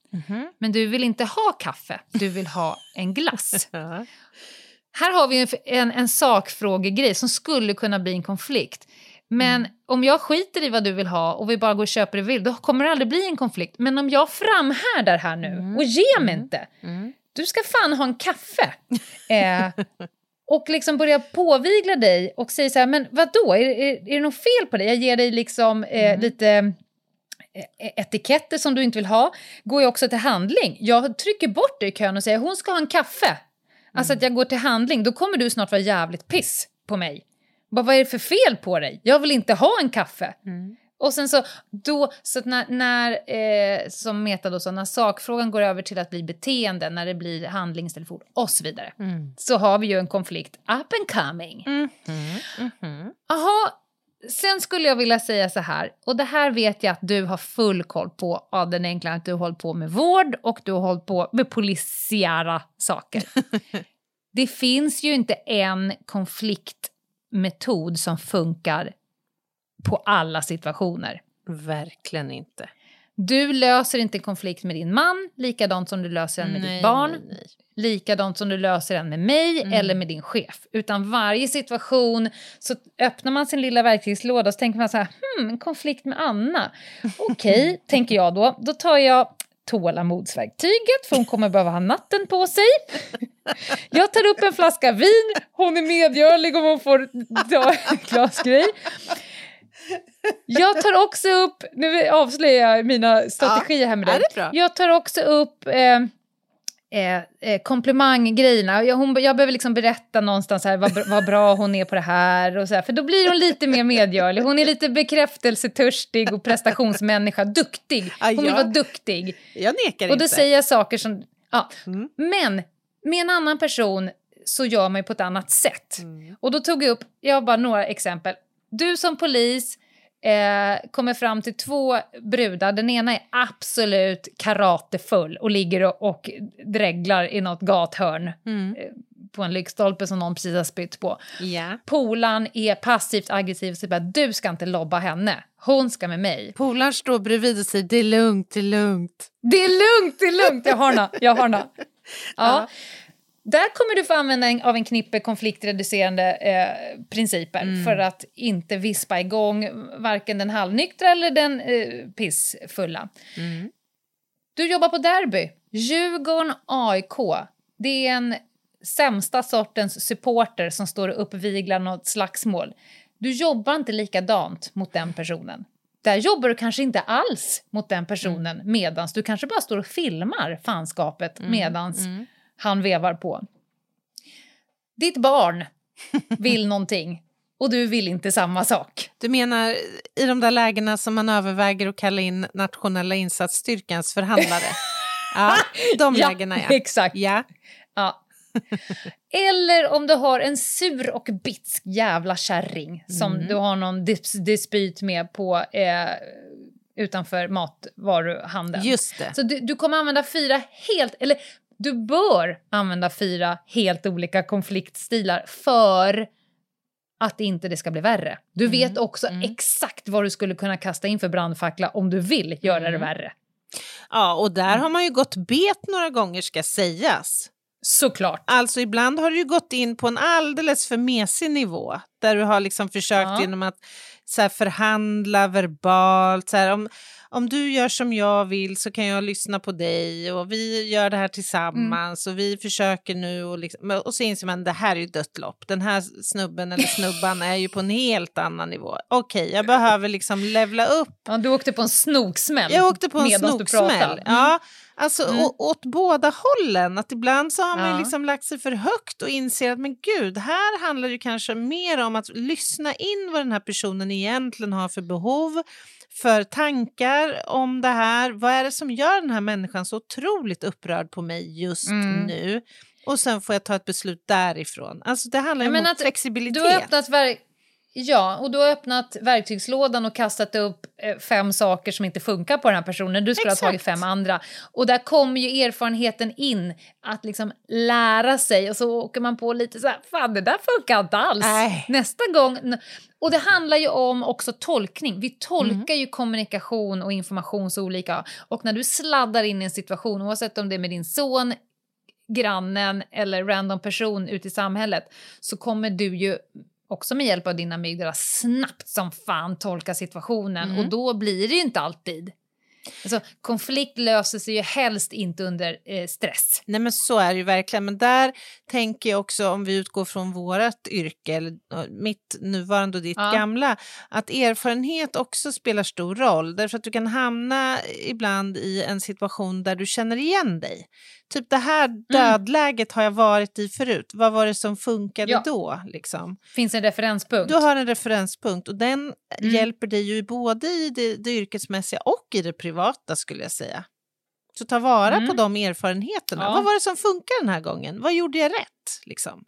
Mm-hmm. Men du vill inte ha kaffe, du vill ha en glass. Här har vi en, en, en sakfrågegrej som skulle kunna bli en konflikt. Men mm. om jag skiter i vad du vill ha och vi bara går och köper det vill, då kommer det aldrig bli en konflikt. Men om jag framhärdar här nu mm. och ger mig mm. inte, mm. du ska fan ha en kaffe. eh, och liksom börja påvigla dig och säga så här, men vadå, är, är, är det något fel på dig? Jag ger dig liksom eh, mm. lite etiketter som du inte vill ha. Går jag också till handling. Jag trycker bort dig i kön och säger, hon ska ha en kaffe. Mm. Alltså att jag går till handling, då kommer du snart vara jävligt piss på mig. Bara, vad är det för fel på dig? Jag vill inte ha en kaffe. Mm. Och sen så, då, så att när, när eh, som Meta då sa, när sakfrågan går över till att bli beteende, när det blir handlingstelefon och så vidare. Mm. Så har vi ju en konflikt up and coming. Mm. Mm. Mm. Aha, sen skulle jag vilja säga så här, och det här vet jag att du har full koll på, av den enkla att du har hållit på med vård och du har hållit på med polisiära saker. Det finns ju inte en konfliktmetod som funkar på alla situationer. Verkligen inte. Du löser inte en konflikt med din man likadant som du löser den med nej, ditt barn. Nej, nej. Likadant som du löser den med mig mm. eller med din chef. Utan varje situation så öppnar man sin lilla verktygslåda och så tänker man så här, hmm, en konflikt med Anna. Okej, okay, tänker jag då. Då tar jag tålamodsverktyget, för hon kommer behöva ha natten på sig. Jag tar upp en flaska vin. Hon är medgörlig om hon får ta en glasgrej. Jag tar också upp, nu avslöjar jag mina strategier här med dig. Ja, jag tar också upp eh, eh, komplimanggrejerna. Jag, hon, jag behöver liksom berätta någonstans här vad, vad bra hon är på det här. Och så här, för då blir hon lite mer medgörlig. Hon är lite bekräftelsetörstig och prestationsmänniska. Duktig. Hon vill vara duktig. Jag nekar inte. Och då säger jag saker som... Ja. Mm. Men med en annan person så gör man ju på ett annat sätt. Mm. Och då tog jag upp, jag har bara några exempel. Du som polis eh, kommer fram till två brudar. Den ena är absolut karatefull och ligger och, och dreglar i något gathörn mm. eh, på en lyktstolpe som någon precis har spytt på. Yeah. Polan är passivt aggressiv och säger bara, du ska inte lobba henne. Hon ska med mig. Polan står bredvid och säger, det är lugnt, det är lugnt. Det är lugnt, det är lugnt. Jag har na, jag har na. Ja. Ja. Där kommer du få användning av en knippe konfliktreducerande eh, principer mm. för att inte vispa igång varken den halvnyktra eller den eh, pissfulla. Mm. Du jobbar på derby. Djurgården A I K. Det är en sämsta sortens supporter som står och uppviglar något slagsmål. Du jobbar inte likadant mot den personen. Där jobbar du kanske inte alls mot den personen mm. medans du kanske bara står och filmar fanskapet mm. medans mm. han vevar på. Ditt barn vill någonting och du vill inte samma sak. Du menar i de där lägena som man överväger att kalla in nationella insatsstyrkans förhandlare? Ja, de ja, lägena ja. Exakt. Ja. Ja. Eller om du har en sur och bitsk jävla kärring som mm. du har någon dis- dispyt med på eh, utanför matvaruhandeln. Just det. Så du, du kommer använda fyra helt, eller du bör använda fyra helt olika konfliktstilar för att inte det ska bli värre. Du mm. vet också mm. exakt vad du skulle kunna kasta in för brandfackla om du vill göra mm. det värre. Ja, och där mm. har man ju gått bet några gånger ska sägas. Såklart. Alltså ibland har du ju gått in på en alldeles för mesig nivå. Där du har liksom försökt ja. genom att så här, förhandla verbalt. Så här, om, om du gör som jag vill så kan jag lyssna på dig. Och vi gör det här tillsammans. Mm. Och vi försöker nu. Och, liksom, och så inser man det här är ju dött lopp. Den här snubben eller snubban är ju på en helt annan nivå. Okej, okay, jag behöver liksom levla upp. Ja, du åkte på en snoksmäll. Jag åkte på en snoksmäll. Mm. Ja. Alltså mm. å, åt båda hållen, att ibland så har man ja. liksom lagt sig för högt och inser att men gud, här handlar det kanske mer om att lyssna in vad den här personen egentligen har för behov, för tankar om det här. Vad är det som gör den här människan så otroligt upprörd på mig just mm. nu? Och sen får jag ta ett beslut därifrån. Alltså det handlar ju om att flexibilitet. Du har öppnat ver- Ja, och du har öppnat verktygslådan och kastat upp eh, fem saker som inte funkar på den här personen. Du skulle Exakt. ha tagit fem andra. Och där kommer ju erfarenheten in att liksom lära sig. Och så åker man på lite så här, fan det där funkar inte alls. Nej. Nästa gång. Och det handlar ju om också tolkning. Vi tolkar mm. ju kommunikation och information så olika. Och när du sladdar in i en situation, oavsett om det är med din son, grannen eller random person ute i samhället, så kommer du ju också med hjälp av dina amygdala snabbt som fan tolka situationen. Mm. Och då blir det ju inte alltid. Alltså, konflikt löser sig ju helst inte under eh, stress. Nej men så är det ju verkligen. Men där tänker jag också, om vi utgår från vårat yrke, eller mitt nuvarande och ditt ja. gamla, att erfarenhet också spelar stor roll. Därför att du kan hamna ibland i en situation där du känner igen dig. Typ det här dödläget mm. har jag varit i förut. Vad var det som funkade ja. då? Liksom? Finns en referenspunkt. Du har en referenspunkt och den mm. hjälper dig ju både i det, det yrkesmässiga och i det privata skulle jag säga. Så ta vara mm. på de erfarenheterna. Ja. Vad var det som funkar den här gången? Vad gjorde jag rätt? Liksom?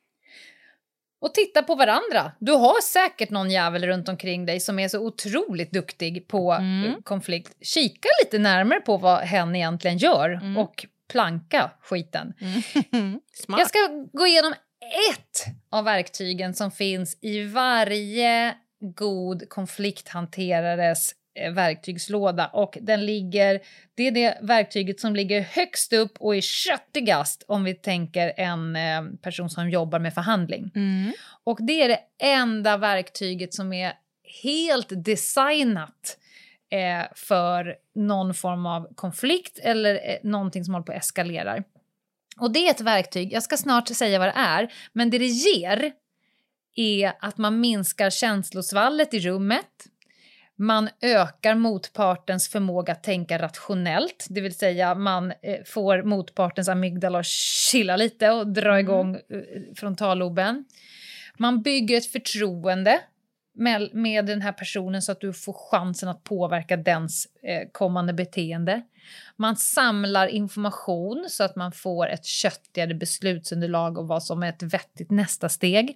Och titta på varandra. Du har säkert någon jävel runt omkring dig som är så otroligt duktig på mm. konflikt. Kika lite närmare på vad hen egentligen gör mm. och planka skiten. Mm. Jag ska gå igenom ett av verktygen som finns i varje god konflikthanterares verktygslåda, och den ligger, det är det verktyget som ligger högst upp och är köttigast om vi tänker en eh, person som jobbar med förhandling. Mm. Och det är det enda verktyget som är helt designat eh, för någon form av konflikt eller eh, någonting som håller på att eskalera. Och det är ett verktyg, jag ska snart säga vad det är, men det det ger är att man minskar känslosvallet i rummet. Man ökar motpartens förmåga att tänka rationellt. Det vill säga man eh, får motpartens amygdala att chilla lite och dra igång eh, frontalloben. Man bygger ett förtroende med, med den här personen så att du får chansen att påverka dens eh, kommande beteende. Man samlar information så att man får ett köttigare beslutsunderlag och vad som är ett vettigt nästa steg.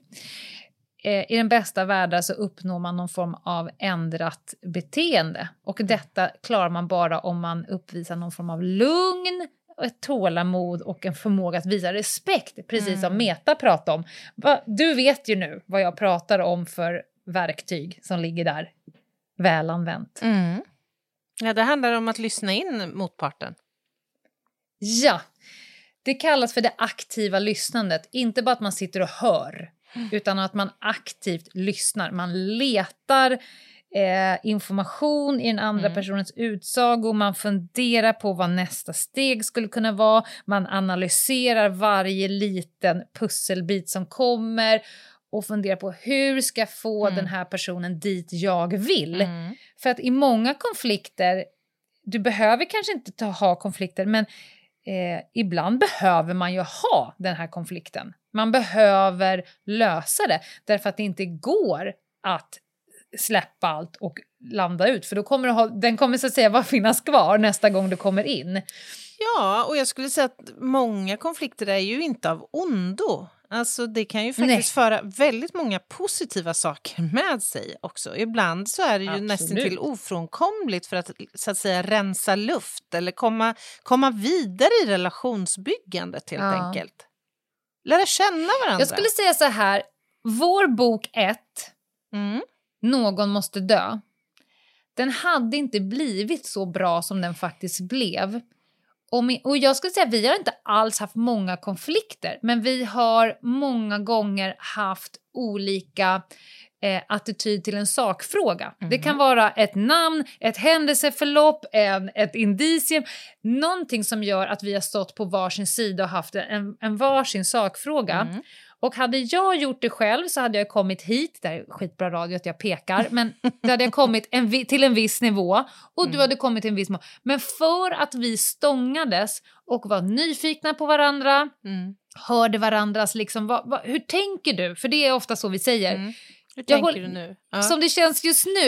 I den bästa världen så uppnår man någon form av ändrat beteende. Och detta klarar man bara om man uppvisar någon form av lugn, ett tålamod och en förmåga att visa respekt. Precis mm. som Meta pratar om. Du vet ju nu vad jag pratar om för verktyg som ligger där. Väl använt. Mm. Ja, det handlar om att lyssna in motparten. Ja, det kallas för det aktiva lyssnandet. Inte bara att man sitter och hör. Utan att man aktivt lyssnar. Man letar eh, information i den andra mm. personens utsago. Man funderar på vad nästa steg skulle kunna vara. Man analyserar varje liten pusselbit som kommer. Och funderar på hur ska jag få mm. den här personen dit jag vill. Mm. För att i många konflikter, du behöver kanske inte ta, ha konflikter, men eh, ibland behöver man ju ha den här konflikten. Man behöver lösa det därför att det inte går att släppa allt och landa ut. För då kommer du ha, den kommer så att säga bara finnas kvar nästa gång du kommer in. Ja, och jag skulle säga att många konflikter är ju inte av ondo. Alltså det kan ju faktiskt Nej. föra väldigt många positiva saker med sig också. Ibland så är det ju Absolut. nästan till ofrånkomligt för att så att säga rensa luft eller komma, komma vidare i relationsbyggandet helt ja. enkelt. Lära känna varandra. Jag skulle säga så här, vår bok ett, mm. Någon måste dö, den hade inte blivit så bra som den faktiskt blev. Och, med, och jag skulle säga, vi har inte alls haft många konflikter, men vi har många gånger haft olika eh, attityd till en sakfråga. Mm. Det kan vara ett namn, ett händelseförlopp, en, ett indicium, någonting som gör att vi har stått på varsin sida och haft en, en varsin sakfråga. Mm. Och hade jag gjort det själv så hade jag kommit hit, det är skitbra radio att jag pekar, men då hade jag kommit en, till en viss nivå och mm. du hade kommit till en viss nivå. Men för att vi stångades och var nyfikna på varandra, mm. hörde varandras liksom, vad, vad, hur tänker du? För det är ofta så vi säger. Mm. Hur tänker håll, du nu? Ja. Som det känns just nu,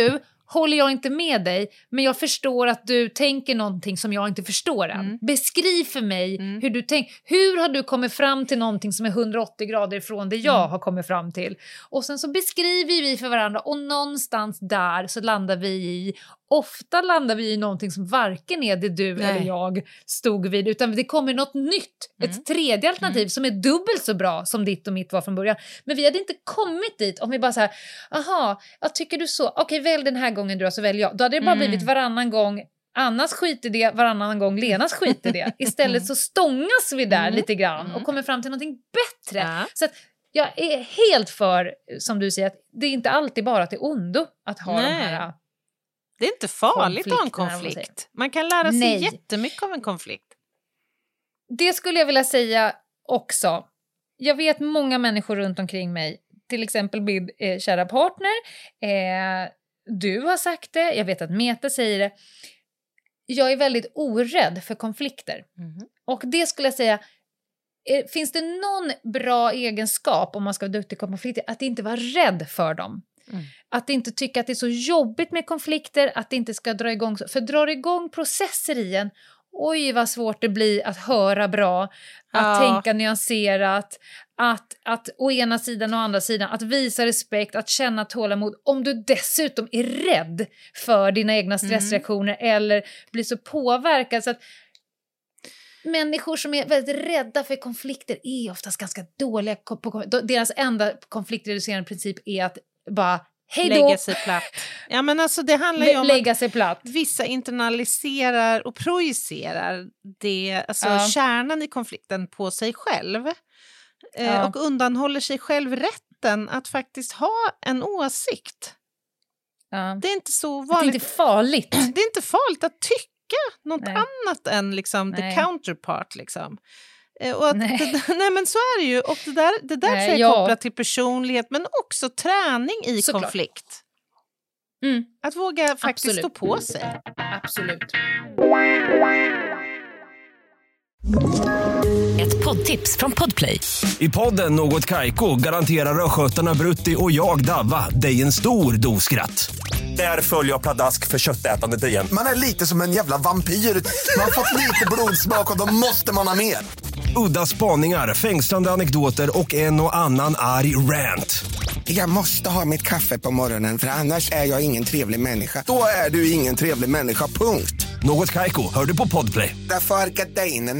håller jag inte med dig, men jag förstår att du tänker någonting som jag inte förstår än. Mm. Beskriv för mig mm. hur du tänker. Hur har du kommit fram till någonting som är hundraåttio grader ifrån det jag mm. har kommit fram till? Och sen så beskriver vi för varandra och någonstans där så landar vi i, ofta landar vi i någonting som varken är det du Nej. eller jag stod vid, utan det kommer något nytt. Mm. Ett tredje alternativ mm. som är dubbelt så bra som ditt och mitt var från början. Men vi hade inte kommit dit om vi bara så här, aha, jag tycker du så, okej, okay, välj den här gången du, så väljer jag. Då hade det bara mm. blivit varannan gång Annas skit i det, varannan gång Lenas skit i det. Istället så stångas vi där mm. lite grann mm. och kommer fram till någonting bättre. Ja. Så att jag är helt för, som du säger, att det är inte alltid bara till ondo att ha Nej. de här. Det är inte farligt att ha en konflikt. Man kan lära sig Nej. jättemycket av en konflikt. Det skulle jag vilja säga också. Jag vet många människor runt omkring mig, till exempel min eh, kära partner, eh, du har sagt det, jag vet att Meta säger det. Jag är väldigt orädd för konflikter. Mm. Och det skulle jag säga, eh, finns det någon bra egenskap om man ska vara duktig på konflikter, att inte vara rädd för dem. Mm. Att inte tycka att det är så jobbigt med konflikter, att det inte ska dra igång, för drar igång processer i en, oj vad svårt det blir att höra bra, att ja. tänka nyanserat, att, att å ena sidan och andra sidan, att visa respekt, att känna tålamod. Om du dessutom är rädd för dina egna stressreaktioner mm. eller blir så påverkad så att människor som är väldigt rädda för konflikter är oftast ganska dåliga på, deras enda konfliktreducerande princip är att bara hej då. Lägga sig platt. Ja, men alltså det handlar ju om lägga sig platt. Vissa internaliserar och projicerar det, alltså ja. kärnan i konflikten på sig själv. Ja. Eh, och undanhåller sig själv rätten att faktiskt ha en åsikt. Ja. Det är inte så vanligt. Det är inte farligt. Det är inte farligt att tycka något nej. annat än liksom the counterpart liksom. Och att nej. Det, nej men så är det ju, och det där, det där nej, tror jag är ja. kopplat till personlighet men också träning i Såklart. konflikt mm. att våga faktiskt Absolut. stå på sig. Absolut. Ett poddtips från Podplay. I podden Något Kaiko garanterar röskötarna Brutti och jag Davva dig en stor doskratt. Där följer jag pladask för köttätandet igen. Man är lite som en jävla vampyr. Man har fått lite blodsmak och då måste man ha mer. Udda spaningar, fängslande anekdoter och en och annan arg rant. Jag måste ha mitt kaffe på morgonen för annars är jag ingen trevlig människa. Då är du ingen trevlig människa, punkt. Något Kaiko, hör du på Podplay. Därför är gardinerna.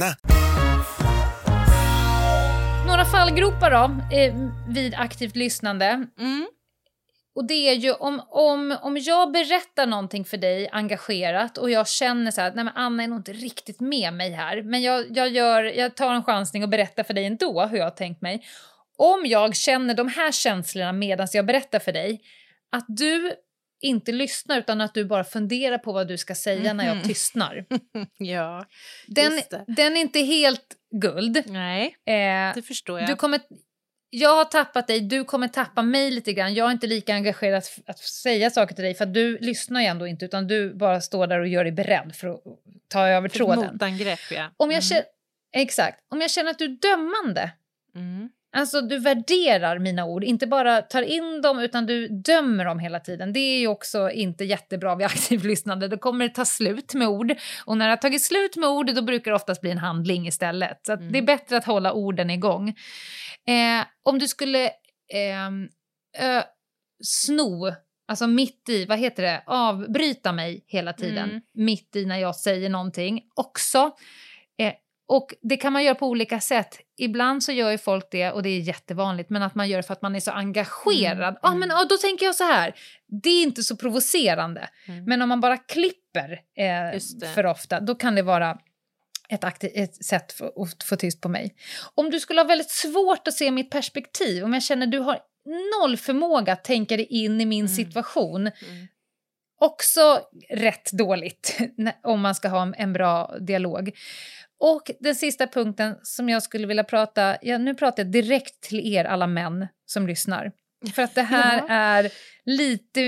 Några fallgropar då, eh, vid aktivt lyssnande. Mm. Och det är ju om, om, om jag berättar någonting för dig engagerat och jag känner så här, nej men Anna är nog inte riktigt med mig här. Men jag, jag, gör, jag tar en chansning och berättar för dig ändå hur jag har tänkt mig. Om jag känner de här känslorna medan jag berättar för dig, att du inte lyssnar utan att du bara funderar på vad du ska säga mm-hmm. när jag tystnar. ja, den, den är inte helt guld. Nej, eh, det förstår jag. Du kommer... Jag har tappat dig, du kommer tappa mig lite grann. Jag är inte lika engagerad att, att säga saker till dig för att du lyssnar ju ändå inte utan du bara står där och gör dig beredd för att ta över för tråden. Motangrepp, ja. Om jag mm. känner, exakt. Om jag känner att du är dömande. Mm. Alltså du värderar mina ord, inte bara tar in dem utan du dömer dem hela tiden. Det är ju också inte jättebra vid aktivt lyssnande. Då kommer det ta slut med ord. Och när det har tagit slut med ord då brukar det oftast bli en handling istället. Så att mm. det är bättre att hålla orden igång. Eh, om du skulle eh, ö, sno, alltså mitt i, vad heter det, avbryta mig hela tiden. Mm. Mitt i när jag säger någonting också. Eh, Och det kan man göra på olika sätt. Ibland så gör ju folk det och det är jättevanligt. Men att man gör det för att man är så engagerad. Ja, mm. ah, men ah, då tänker jag så här. Det är inte så provocerande. Mm. Men om man bara klipper eh, för ofta. Då kan det vara ett, aktiv- ett sätt för att få tyst på mig. Om du skulle ha väldigt svårt att se mitt perspektiv. Om jag känner att du har noll förmåga att tänka dig in i min mm. situation. Mm. Också rätt dåligt. Om man ska ha en, en bra dialog. Och den sista punkten som jag skulle vilja prata, ja, nu pratar jag direkt till er alla män som lyssnar. För att det här ja. är lite,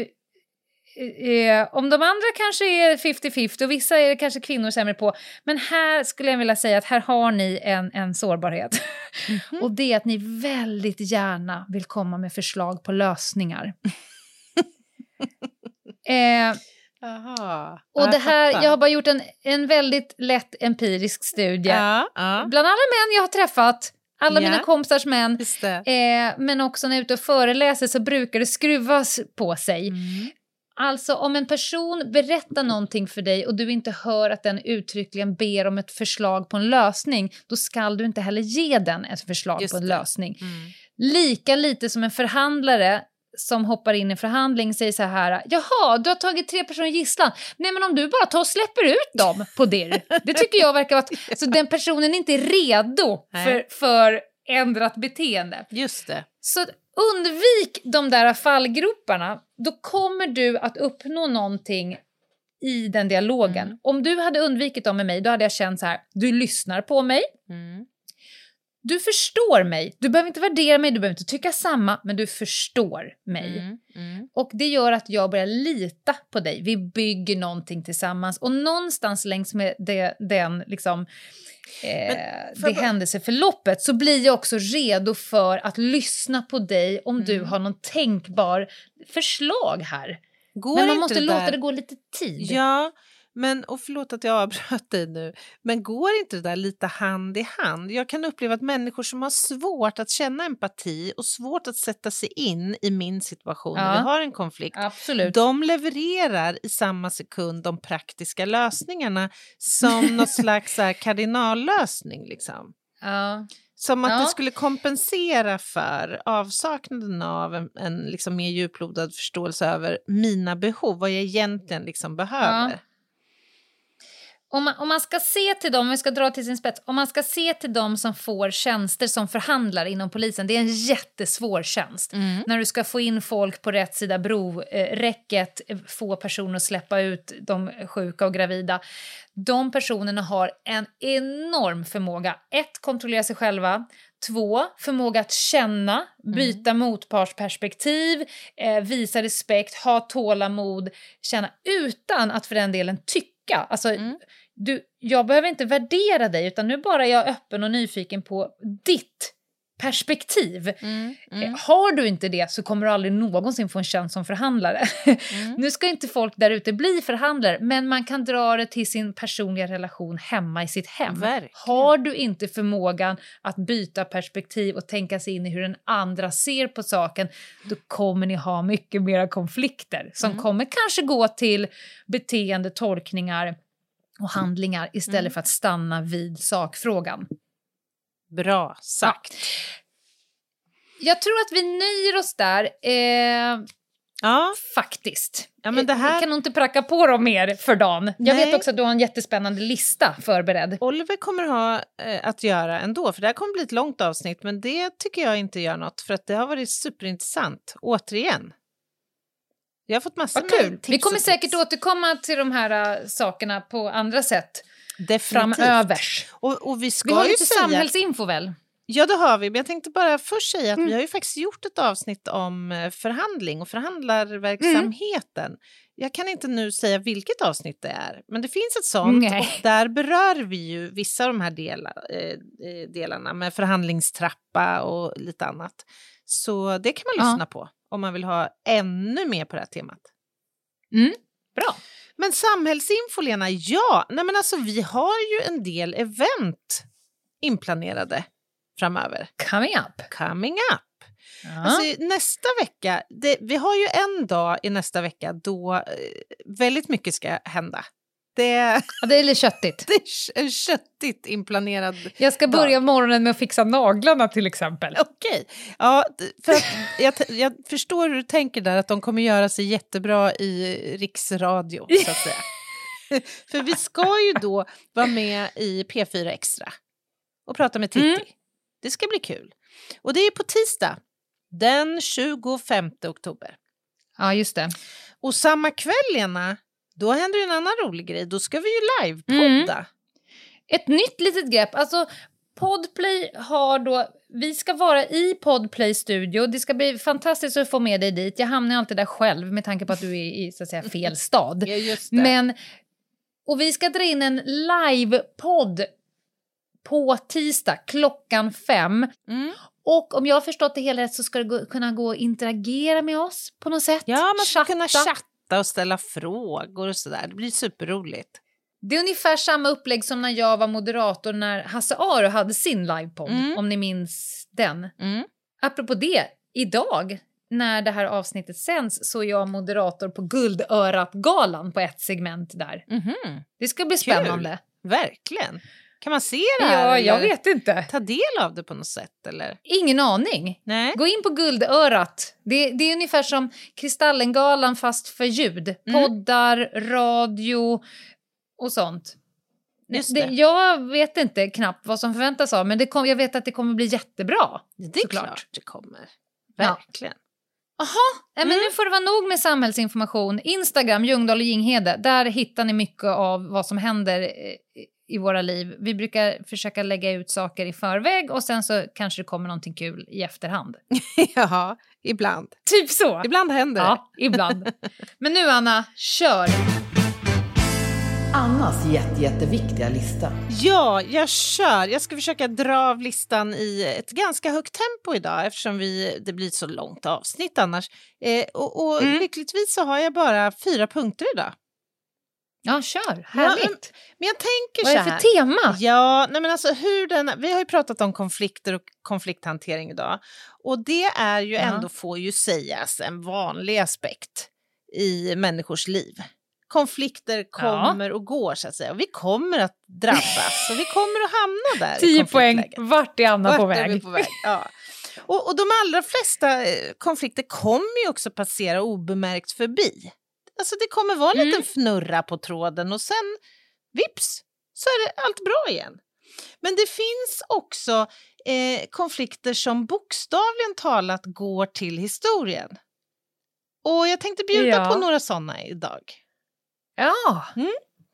eh, om de andra kanske är femtio femtio och vissa är kanske kvinnor sämre på. Men här skulle jag vilja säga att här har ni en, en sårbarhet. Mm-hmm. Och det är att ni väldigt gärna vill komma med förslag på lösningar. Eh, Aha. och Ja, det här, fattar. jag har bara gjort en, en väldigt lätt empirisk studie. Ja, ja. Bland alla män jag har träffat, alla Ja. mina kompisars män, Just det. eh, men också när jag är ute och föreläser så brukar det skruvas på sig. Mm. Alltså om en person berättar någonting för dig och du inte hör att den uttryckligen ber om ett förslag på en lösning, då ska du inte heller ge den ett förslag Just på en det. lösning. Mm. Lika lite som en förhandlare som hoppar in i förhandling säger så här: jaha, du har tagit tre personer i gisslan. Nej, men om du bara tar och släpper ut dem på dir. Det tycker jag verkar vara att så den personen inte är redo för, för ändrat beteende. Just det. Så undvik de där fallgroparna, då kommer du att uppnå någonting i den dialogen. Mm. Om du hade undvikit dem med mig, då hade jag känt så här: du lyssnar på mig. Mm. Du förstår mig. Du behöver inte värdera mig, du behöver inte tycka samma, men du förstår mig. Mm. Mm. Och det gör att jag börjar lita på dig. Vi bygger någonting tillsammans. Och någonstans längs med det, den, liksom, eh, det bara... händelseförloppet så blir jag också redo för att lyssna på dig om mm. du har någon tänkbar förslag här. Går men man inte måste det låta där... det gå lite tid. Ja, men, och förlåt att jag avbröt dig nu, men går inte det där lite hand i hand? Jag kan uppleva att människor som har svårt att känna empati och svårt att sätta sig in i min situation Ja. när vi har en konflikt, Absolut. de levererar i samma sekund de praktiska lösningarna som något slags så här kardinallösning liksom. Ja. Som att Ja. det skulle kompensera för avsaknaden av en, en liksom mer djuplodad förståelse över mina behov, vad jag egentligen liksom behöver. Ja. Om man, om man ska se till dem, om vi ska dra till sin spets, om man ska se till dem som får tjänster som förhandlare inom polisen, det är en jättesvår tjänst. Mm. När du ska få in folk på rätt sida broräcket, eh, få personer att släppa ut de sjuka och gravida. De personerna har en enorm förmåga. Ett, kontrollera sig själva. Två, förmåga att känna, byta mm. motpartsperspektiv, eh, visa respekt, ha tålamod, känna utan att för den delen tycka. Alltså, mm. du, jag behöver inte värdera dig, utan nu bara är jag öppen och nyfiken på ditt perspektiv. Mm. Mm. Har du inte det så kommer du aldrig någonsin få en tjänst som förhandlare. Mm. Nu ska inte folk där ute bli förhandlare, men man kan dra det till sin personliga relation hemma i sitt hem. Verkligen. Har du inte förmågan att byta perspektiv och tänka sig in i hur den andra ser på saken, då kommer ni ha mycket mera konflikter som mm. kommer kanske gå till beteende, tolkningar och handlingar istället mm. för att stanna vid sakfrågan. Bra sagt. Ja. Jag tror att vi nöjer oss där. Eh, ja. Faktiskt. Ja, men det här... Jag kan nog inte pracka på dem mer för dagen. Jag Nej. vet också att du har en jättespännande lista förberedd. Oliver kommer ha eh, att göra ändå, för det här kommer bli ett långt avsnitt, men det tycker jag inte gör något, för att det har varit superintressant. Återigen. Jag har fått massor Vad kul. med tips. Vi kommer och säkert tips. återkomma till de här uh, sakerna på andra sätt. Definitivt. Framöver. Och, och vi ska vi har ju lite säga... samhällsinfo väl? Ja, det har vi. Men jag tänkte bara först säga att mm. vi har ju faktiskt gjort ett avsnitt om förhandling och förhandlarverksamheten. Mm. Jag kan inte nu säga vilket avsnitt det är, men det finns ett sånt. Nej. Och där berör vi ju vissa av de här delar, eh, delarna med förhandlingstrappa och lite annat. Så det kan man lyssna ja. på om man vill ha ännu mer på det här temat. Mm. Bra. Men samhällsinfo, Lena, ja. Nej, men alltså, vi har ju en del event inplanerade framöver. Coming up. Coming up. Ja. Alltså, nästa vecka, det, vi har ju en dag i nästa vecka då eh, väldigt mycket ska hända. Det, ja, det är lite köttigt. Det är en köttigt inplanerad Jag ska börja dag. morgonen med att fixa naglarna till exempel. Okej, ja, för att jag, jag förstår hur du tänker där, att de kommer göra sig jättebra i riksradio, så att säga. För vi ska ju då vara med i P fyra Extra och prata med Titti. Mm. Det ska bli kul. Och det är på tisdag, den tjugofemte oktober. Ja, just det. Och samma kväll, Lena, då händer ju en annan rolig grej. Då ska vi ju livepodda. Mm. Ett nytt litet grepp. Alltså, Podplay har då... Vi ska vara i Podplay studio. Det ska bli fantastiskt att få med dig dit. Jag hamnar alltid där själv med tanke på att du är i så att säga, fel stad. Ja, just det. Men, och vi ska dra in en livepodd på tisdag klockan fem. Mm. Och om jag har förstått det hela rätt så ska det gå, kunna gå och interagera med oss på något sätt. Ja, man ska chatta. kunna chatta skratta och ställa frågor och sådär. Det blir superroligt. Det är ungefär samma upplägg som när jag var moderator när Hasse Aro hade sin livepodd, mm. om ni minns den. Mm. Apropå det, idag när det här avsnittet sänds så är jag moderator på Guldörat-galan på ett segment där. Mm-hmm. Det ska bli spännande. Kul. Verkligen. Kan man se det här? Ja, jag vet inte. Ta del av det på något sätt, eller? Ingen aning. Nej. Gå in på Guldörat. Det, det är ungefär som Kristallengalan fast för ljud. Mm. Poddar, radio och sånt. Just det. Det, jag vet inte knappt vad som förväntas av, men det kom, jag vet att det kommer bli jättebra. Det är såklart. Klart det kommer. Verkligen. Jaha, ja. Men mm. nu får det vara nog med samhällsinformation. Instagram, Ljungdahl och Ginghede. Där hittar ni mycket av vad som händer i våra liv. Vi brukar försöka lägga ut saker i förväg och sen så kanske det kommer någonting kul i efterhand. Ja, ibland. Typ så. Ibland händer det. Ja, ibland. Men nu Anna, kör! Annas jätte, jätteviktiga lista. Ja, jag kör. Jag ska försöka dra av listan i ett ganska högt tempo idag eftersom vi, det blir ett så långt avsnitt annars. Eh, och och mm. lyckligtvis så har jag bara fyra punkter idag. Ja, kör. Härligt. Ja, men jag tänker Vad är det för tema? Ja, nej men alltså hur den, vi har ju pratat om konflikter och konflikthantering idag. Och det är ju ja. ändå, får ju sägas, en vanlig aspekt i människors liv. Konflikter kommer ja. och går så att säga. Och vi kommer att drabbas och vi kommer att hamna där. Tio poäng, vart är Anna vart på väg? Är vi på väg? Ja. Och, och de allra flesta konflikter kommer ju också passera obemärkt förbi. Alltså det kommer vara en mm. liten fnurra på tråden och sen vips så är det allt bra igen. Men det finns också eh, konflikter som bokstavligen talat går till historien. Och jag tänkte bjuda ja. på några sådana idag. Ja. Mm.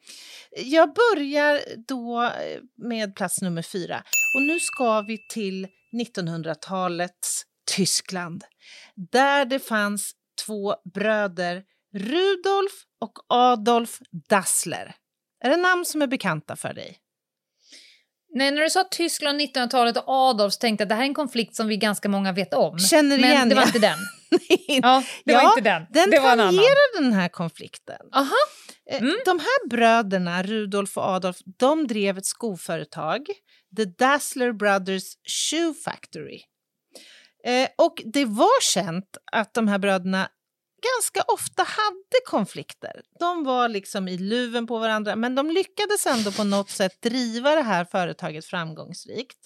Jag börjar då med plats nummer fyra. Och nu ska vi till nittonhundratalets Tyskland. Där det fanns två bröder, Rudolf och Adolf Dassler. Är det namn som är bekanta för dig? Nej, när du sa Tyskland nittonhundratalet och Adolf så tänkte jag att det här är en konflikt som vi ganska många vet om. Känner igen. Men det var ja. inte den. Ja, det ja, var inte den. Den det var tangerar den här konflikten. Aha. Mm. De här bröderna, Rudolf och Adolf, de drev ett skoföretag, The Dassler Brothers Shoe Factory. Eh, och det var känt att de här bröderna ganska ofta hade konflikter. De var liksom i luven på varandra, men de lyckades ändå på något sätt driva det här företaget framgångsrikt.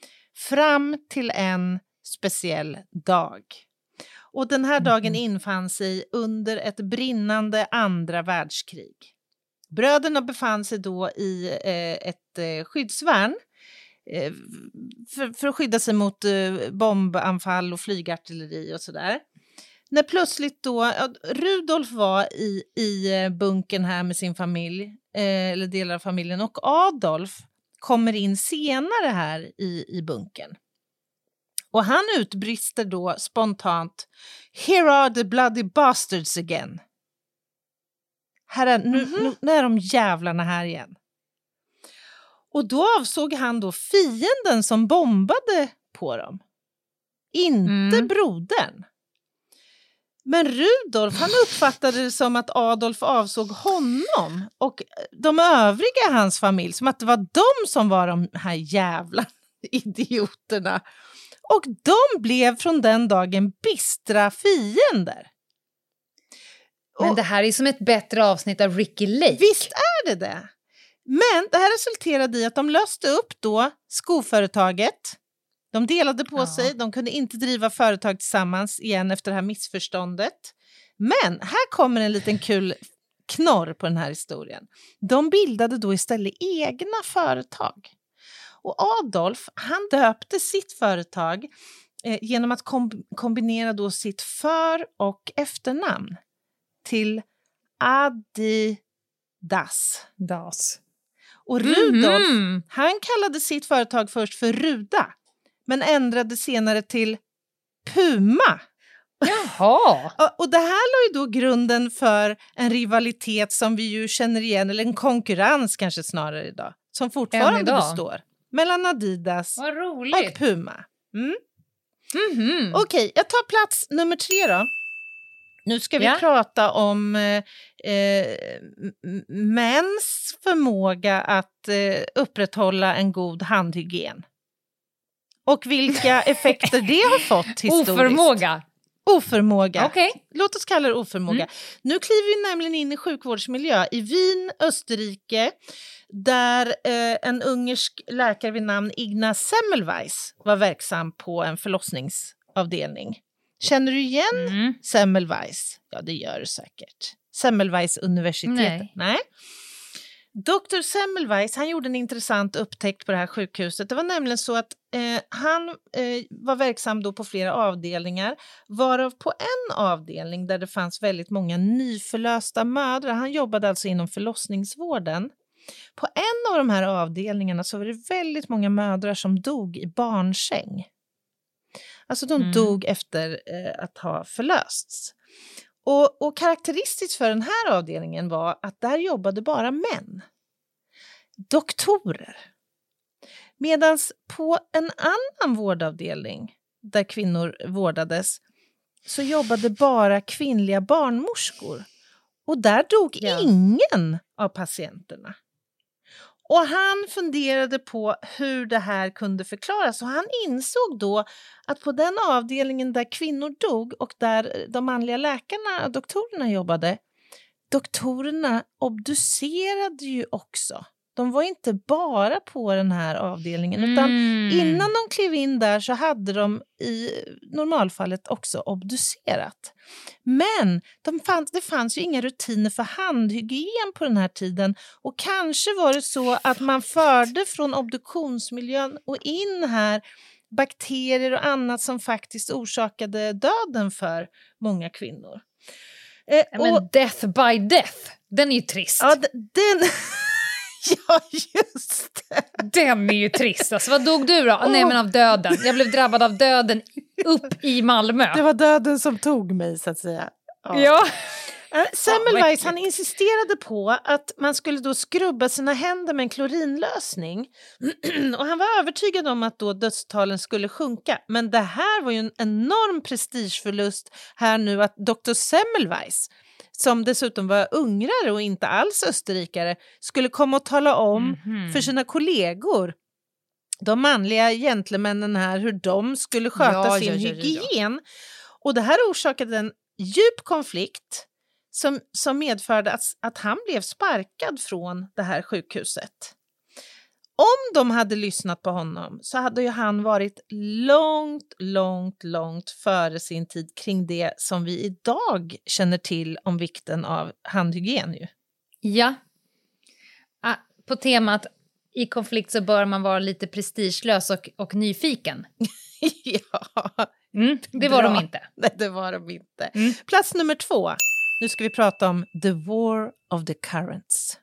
Fram till en speciell dag. Och den här dagen infann sig under ett brinnande andra världskrig. Bröderna befann sig då i eh, ett eh, skyddsvärn eh, för, för att skydda sig mot eh, bombanfall och flygartilleri och sådär. När plötsligt då, ja, Rudolf var i, i bunkern här med sin familj, eh, eller delar av familjen, och Adolf kommer in senare här i, i bunkern. Och han utbrister då spontant, "Here are the bloody bastards again." Här är, nu, mm-hmm. nu, nu är de jävlarna här igen. Och då avsåg han då fienden som bombade på dem. Inte mm. brodern. Men Rudolf, han uppfattade det som att Adolf avsåg honom och de övriga i hans familj, som att det var de som var de här jävla idioterna. Och de blev från den dagen bistra fiender. Men och, det här är som ett bättre avsnitt av Ricky Lake. Visst är det det. Men det här resulterade i att de löste upp då skoföretaget. De delade på ja. sig, de kunde inte driva företag tillsammans igen efter det här missförståndet. Men här kommer en liten kul knorr på den här historien. De bildade då istället egna företag. Och Adolf, han döpte sitt företag eh, genom att kom- kombinera då sitt för- och efternamn till Adidas. Das. Och Rudolf, mm-hmm. han kallade sitt företag först för Ruda, men ändrade senare till Puma. Jaha. och, och det här låg ju då grunden för en rivalitet som vi ju känner igen, eller en konkurrens kanske snarare idag, som fortfarande består. Mellan Adidas och Puma. Mm. Mm-hmm. Okej, okay, jag tar plats nummer tre då. Nu ska vi Ja. prata om eh, mäns förmåga att eh, upprätthålla en god handhygien. Och vilka effekter det har fått historiskt. Oförmåga. Oförmåga. Okay. Låt oss kalla det oförmåga. Mm. Nu kliver vi nämligen in i sjukvårdsmiljö i Wien, Österrike, där eh, en ungersk läkare vid namn Ignaz Semmelweis var verksam på en förlossningsavdelning. Känner du igen Mm. Semmelweis? Ja, det gör du säkert. Semmelweis universitet. Nej. Nej. doktor Semmelweis, han gjorde en intressant upptäckt på det här sjukhuset. Det var nämligen så att eh, han eh, var verksam då på flera avdelningar, varav på en avdelning där det fanns väldigt många nyförlösta mödrar. Han jobbade alltså inom förlossningsvården. På en av de här avdelningarna så var det väldigt många mödrar som dog i barnsäng. Alltså de Mm. dog efter eh, att ha förlösts. Och, och karaktäristiskt för den här avdelningen var att där jobbade bara män. Doktorer. Medan på en annan vårdavdelning där kvinnor vårdades så jobbade bara kvinnliga barnmorskor. Och där dog Ja. ingen av patienterna. Och han funderade på hur det här kunde förklaras. Och han insåg då att på den avdelningen där kvinnor dog och där de manliga läkarna, doktorerna jobbade, doktorerna obducerade ju också. De var inte bara på den här avdelningen utan Mm. innan de klev in där så hade de i normalfallet också obducerat. Men de fanns, det fanns ju inga rutiner för handhygien på den här tiden och kanske var det så att man förde från obduktionsmiljön och in här bakterier och annat som faktiskt orsakade döden för många kvinnor. Eh, Ja, men och, death by death, den är ju trist. ja, d- den... Ja, just det. Den är ju trist. Alltså, vad dog du då? Oh. Nej, men av döden. Jag blev drabbad av döden upp i Malmö. Det var döden som tog mig, så att säga. Ja. Ja. Äh, Semmelweis, han insisterade på att man skulle då skrubba sina händer med en klorinlösning. Och han var övertygad om att då dödstalen skulle sjunka. Men det här var ju en enorm prestigeförlust här nu att doktor Semmelweis, som dessutom var ungrare och inte alls österrikare, skulle komma och tala om Mhm. för sina kollegor, de manliga gentlemännen här, hur de skulle sköta Ja, sin ja, ja, ja, ja. hygien. Och det här orsakade en djup konflikt som, som medförde att, att han blev sparkad från det här sjukhuset. Om de hade lyssnat på honom så hade ju han varit långt, långt, långt före sin tid kring det som vi idag känner till om vikten av handhygien. Ju. Ja. Ah, på temat i konflikt så bör man vara lite prestigelös och, och nyfiken. Ja, Mm, det var bra. de inte. Nej, det var de inte. Mm. Plats nummer två. Nu ska vi prata om The War of the Currents.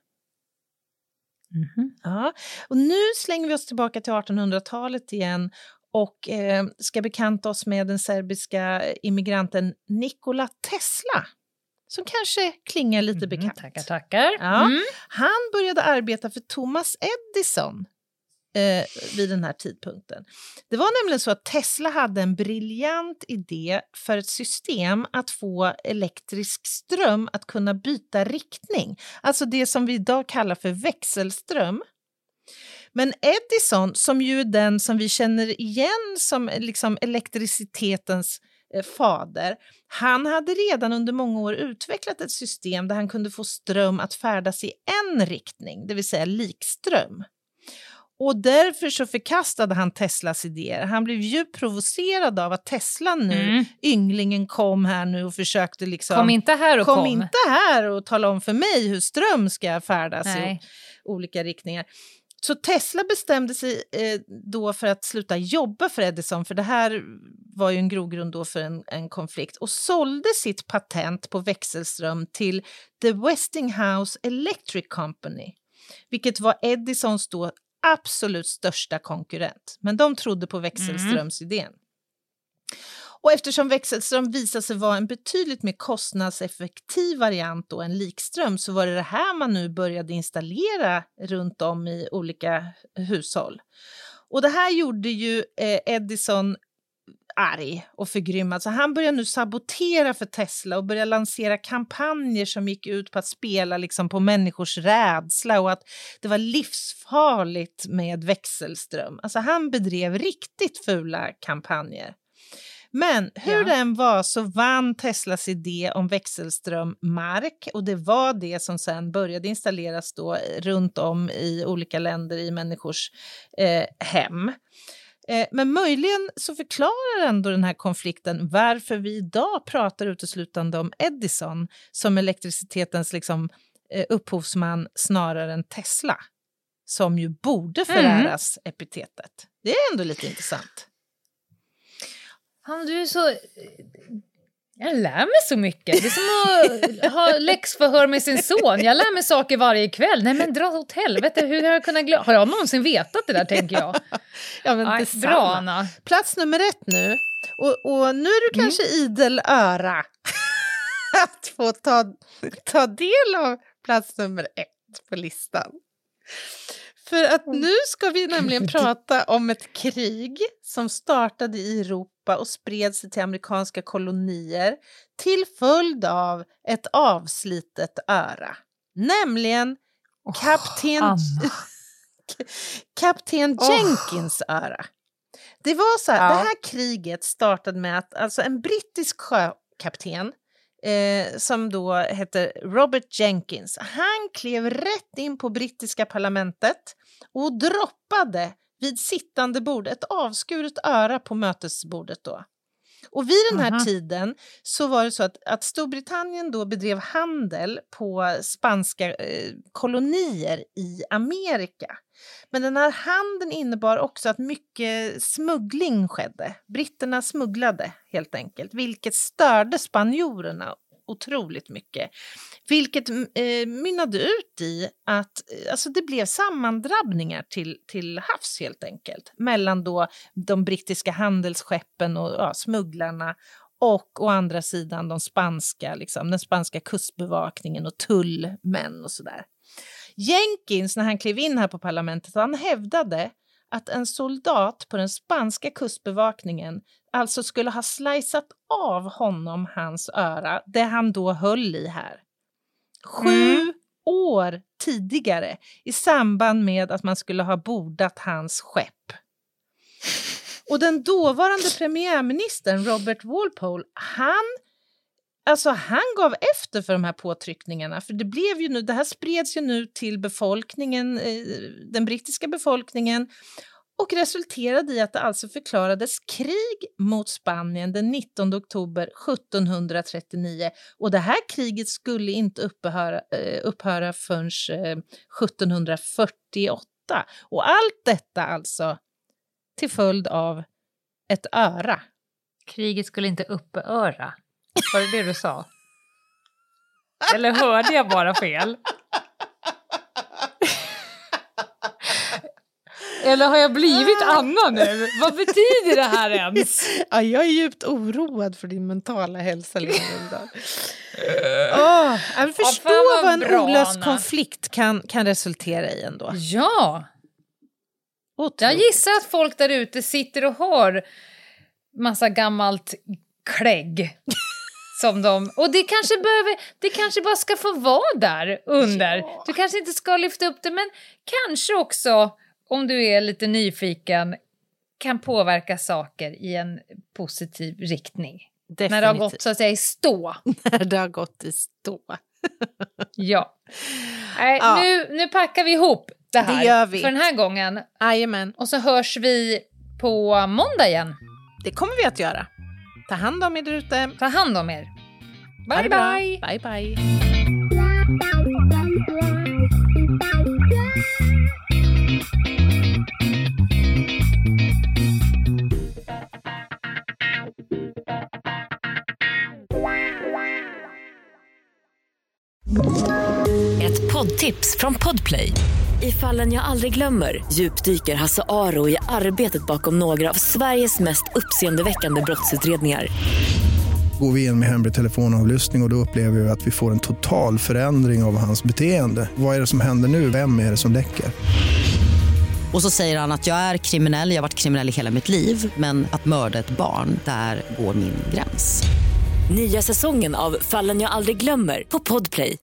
Mhm. Ja, och nu slänger vi oss tillbaka till artonhundratalet igen och eh, ska bekanta oss med den serbiska immigranten Nikola Tesla, som kanske klingar lite Mm, bekant. tackar, tackar. Ja, Mm. han började arbeta för Thomas Edison eh, vid den här tidpunkten. Det var nämligen så att Tesla hade en briljant idé för ett system att få elektrisk ström att kunna byta riktning. Alltså det som vi idag kallar för växelström. Men Edison, som ju är den som vi känner igen som liksom elektricitetens eh, fader, han hade redan under många år utvecklat ett system där han kunde få ström att färdas i en riktning, det vill säga likström. Och därför så förkastade han Teslas idéer. Han blev djupt provocerad av att Tesla nu, Mm. ynglingen, kom här nu och försökte liksom... Kom inte här och kom. kom. inte här och tala om för mig hur ström ska färdas Nej. i olika riktningar. Så Tesla bestämde sig eh, då för att sluta jobba för Edison, för det här var ju en grogrund då för en, en konflikt, och sålde sitt patent på växelström till The Westinghouse Electric Company, vilket var Edisons då absolut största konkurrent. Men de trodde på växelströmsidén. Och eftersom växelström visade sig vara en betydligt mer kostnadseffektiv variant då än likström, så var det det här man nu började installera runt om i olika hushåll. Och det här gjorde ju eh, Edison arg och förgrymmad. Så han börjar nu sabotera för Tesla och börjar lansera kampanjer som gick ut på att spela liksom på människors rädsla och att det var livsfarligt med växelström. Alltså han bedrev riktigt fula kampanjer. Men hur ja. den var så vann Teslas idé om växelström mark, och det var det som sen började installeras då runt om i olika länder i människors eh, hem. Eh, men möjligen så förklarar ändå den här konflikten varför vi idag pratar uteslutande om Edison som elektricitetens liksom, eh, upphovsman snarare än Tesla, som ju borde föräras mm. epitetet. Det är ändå lite intressant. Han, du är så... Jag lär mig så mycket. Det är som att ha läxförhör med sin son. Jag lär mig saker varje kväll. Nej men dra åt helvete. Hur har jag kunnat glömma? Har jag någonsin vetat det där, tänker jag? Ja, men Aj, bra, Anna. Plats nummer ett nu. Och, och nu är du kanske mm. idel öra att få ta, ta del av plats nummer ett på listan. För att nu ska vi nämligen prata om ett krig som startade i Europa och spred sig till amerikanska kolonier till följd av ett avslitet öra. Nämligen oh, kapten, kapten oh. Jenkins öra. Det var så här, ja. det här kriget startade med att alltså en brittisk sjökapten Eh, som då heter Robert Jenkins. Han klev rätt in på brittiska parlamentet och droppade vid sittande bord ett avskuret öra på mötesbordet då. Och vid den här uh-huh. tiden så var det så att, att Storbritannien då bedrev handel på spanska eh, kolonier i Amerika. Men den här handeln innebar också att mycket smuggling skedde. Britterna smugglade helt enkelt, vilket störde spanjorerna otroligt mycket. Vilket eh, mynnade ut i att alltså det blev sammandrabbningar till, till havs helt enkelt. Mellan då de brittiska handelsskeppen och ja, smugglarna och å andra sidan de spanska, liksom, den spanska kustbevakningen och tullmän och sådär. Jenkins, när han klev in här på parlamentet, han hävdade att en soldat på den spanska kustbevakningen alltså skulle ha slicat av honom hans öra, det han då höll i här. Sju mm. år tidigare i samband med att man skulle ha bordat hans skepp. Och den dåvarande premiärministern Robert Walpole, han Alltså han gav efter för de här påtryckningarna, för det blev ju nu, det här spreds ju nu till befolkningen, den brittiska befolkningen, och resulterade i att det alltså förklarades krig mot Spanien den nittonde oktober sjuttonhundratrettionio, och det här kriget skulle inte upphöra, upphöra förrän sjuttonhundrafyrtioåtta, och allt detta alltså till följd av ett öra. Kriget skulle inte upphöra. Var det det du sa? Eller hörde jag bara fel? Eller har jag blivit Anna nu? Vad betyder det här ens? Ja, jag är djupt oroad för din mentala hälsa. oh, jag förstår ja, vad en bra, olöst Anna. konflikt kan, kan resultera i ändå. Ja. Otroligt. Jag gissar att folk där ute sitter och har massa gammalt klägg. Som de, och det kanske behöver, det kanske bara ska få vara där under. Ja. Du kanske inte ska lyfta upp det, men kanske också, om du är lite nyfiken, kan påverka saker i en positiv riktning. Definitivt. När det har gått så att säga i stå. När det har gått i stå. ja. Nej, ja. Nu, nu packar vi ihop det här. Det gör vi. För den här gången. Jajamän. Och så hörs vi på måndag igen. Det kommer vi att göra. Ta hand om er där ute. Ta hand om er. Bye bye. Bye bye. Ett poddtips från Podplay. I Fallen jag aldrig glömmer djupdyker Hasse Aro i arbetet bakom några av Sveriges mest uppseendeväckande brottsutredningar. Går vi in med hemlig telefonavlyssning och, och då upplever vi att vi får en total förändring av hans beteende. Vad är det som händer nu? Vem är det som läcker? Och så säger han att jag är kriminell, jag har varit kriminell i hela mitt liv. Men att mörda ett barn, där går min gräns. Nya säsongen av Fallen jag aldrig glömmer på Podplay.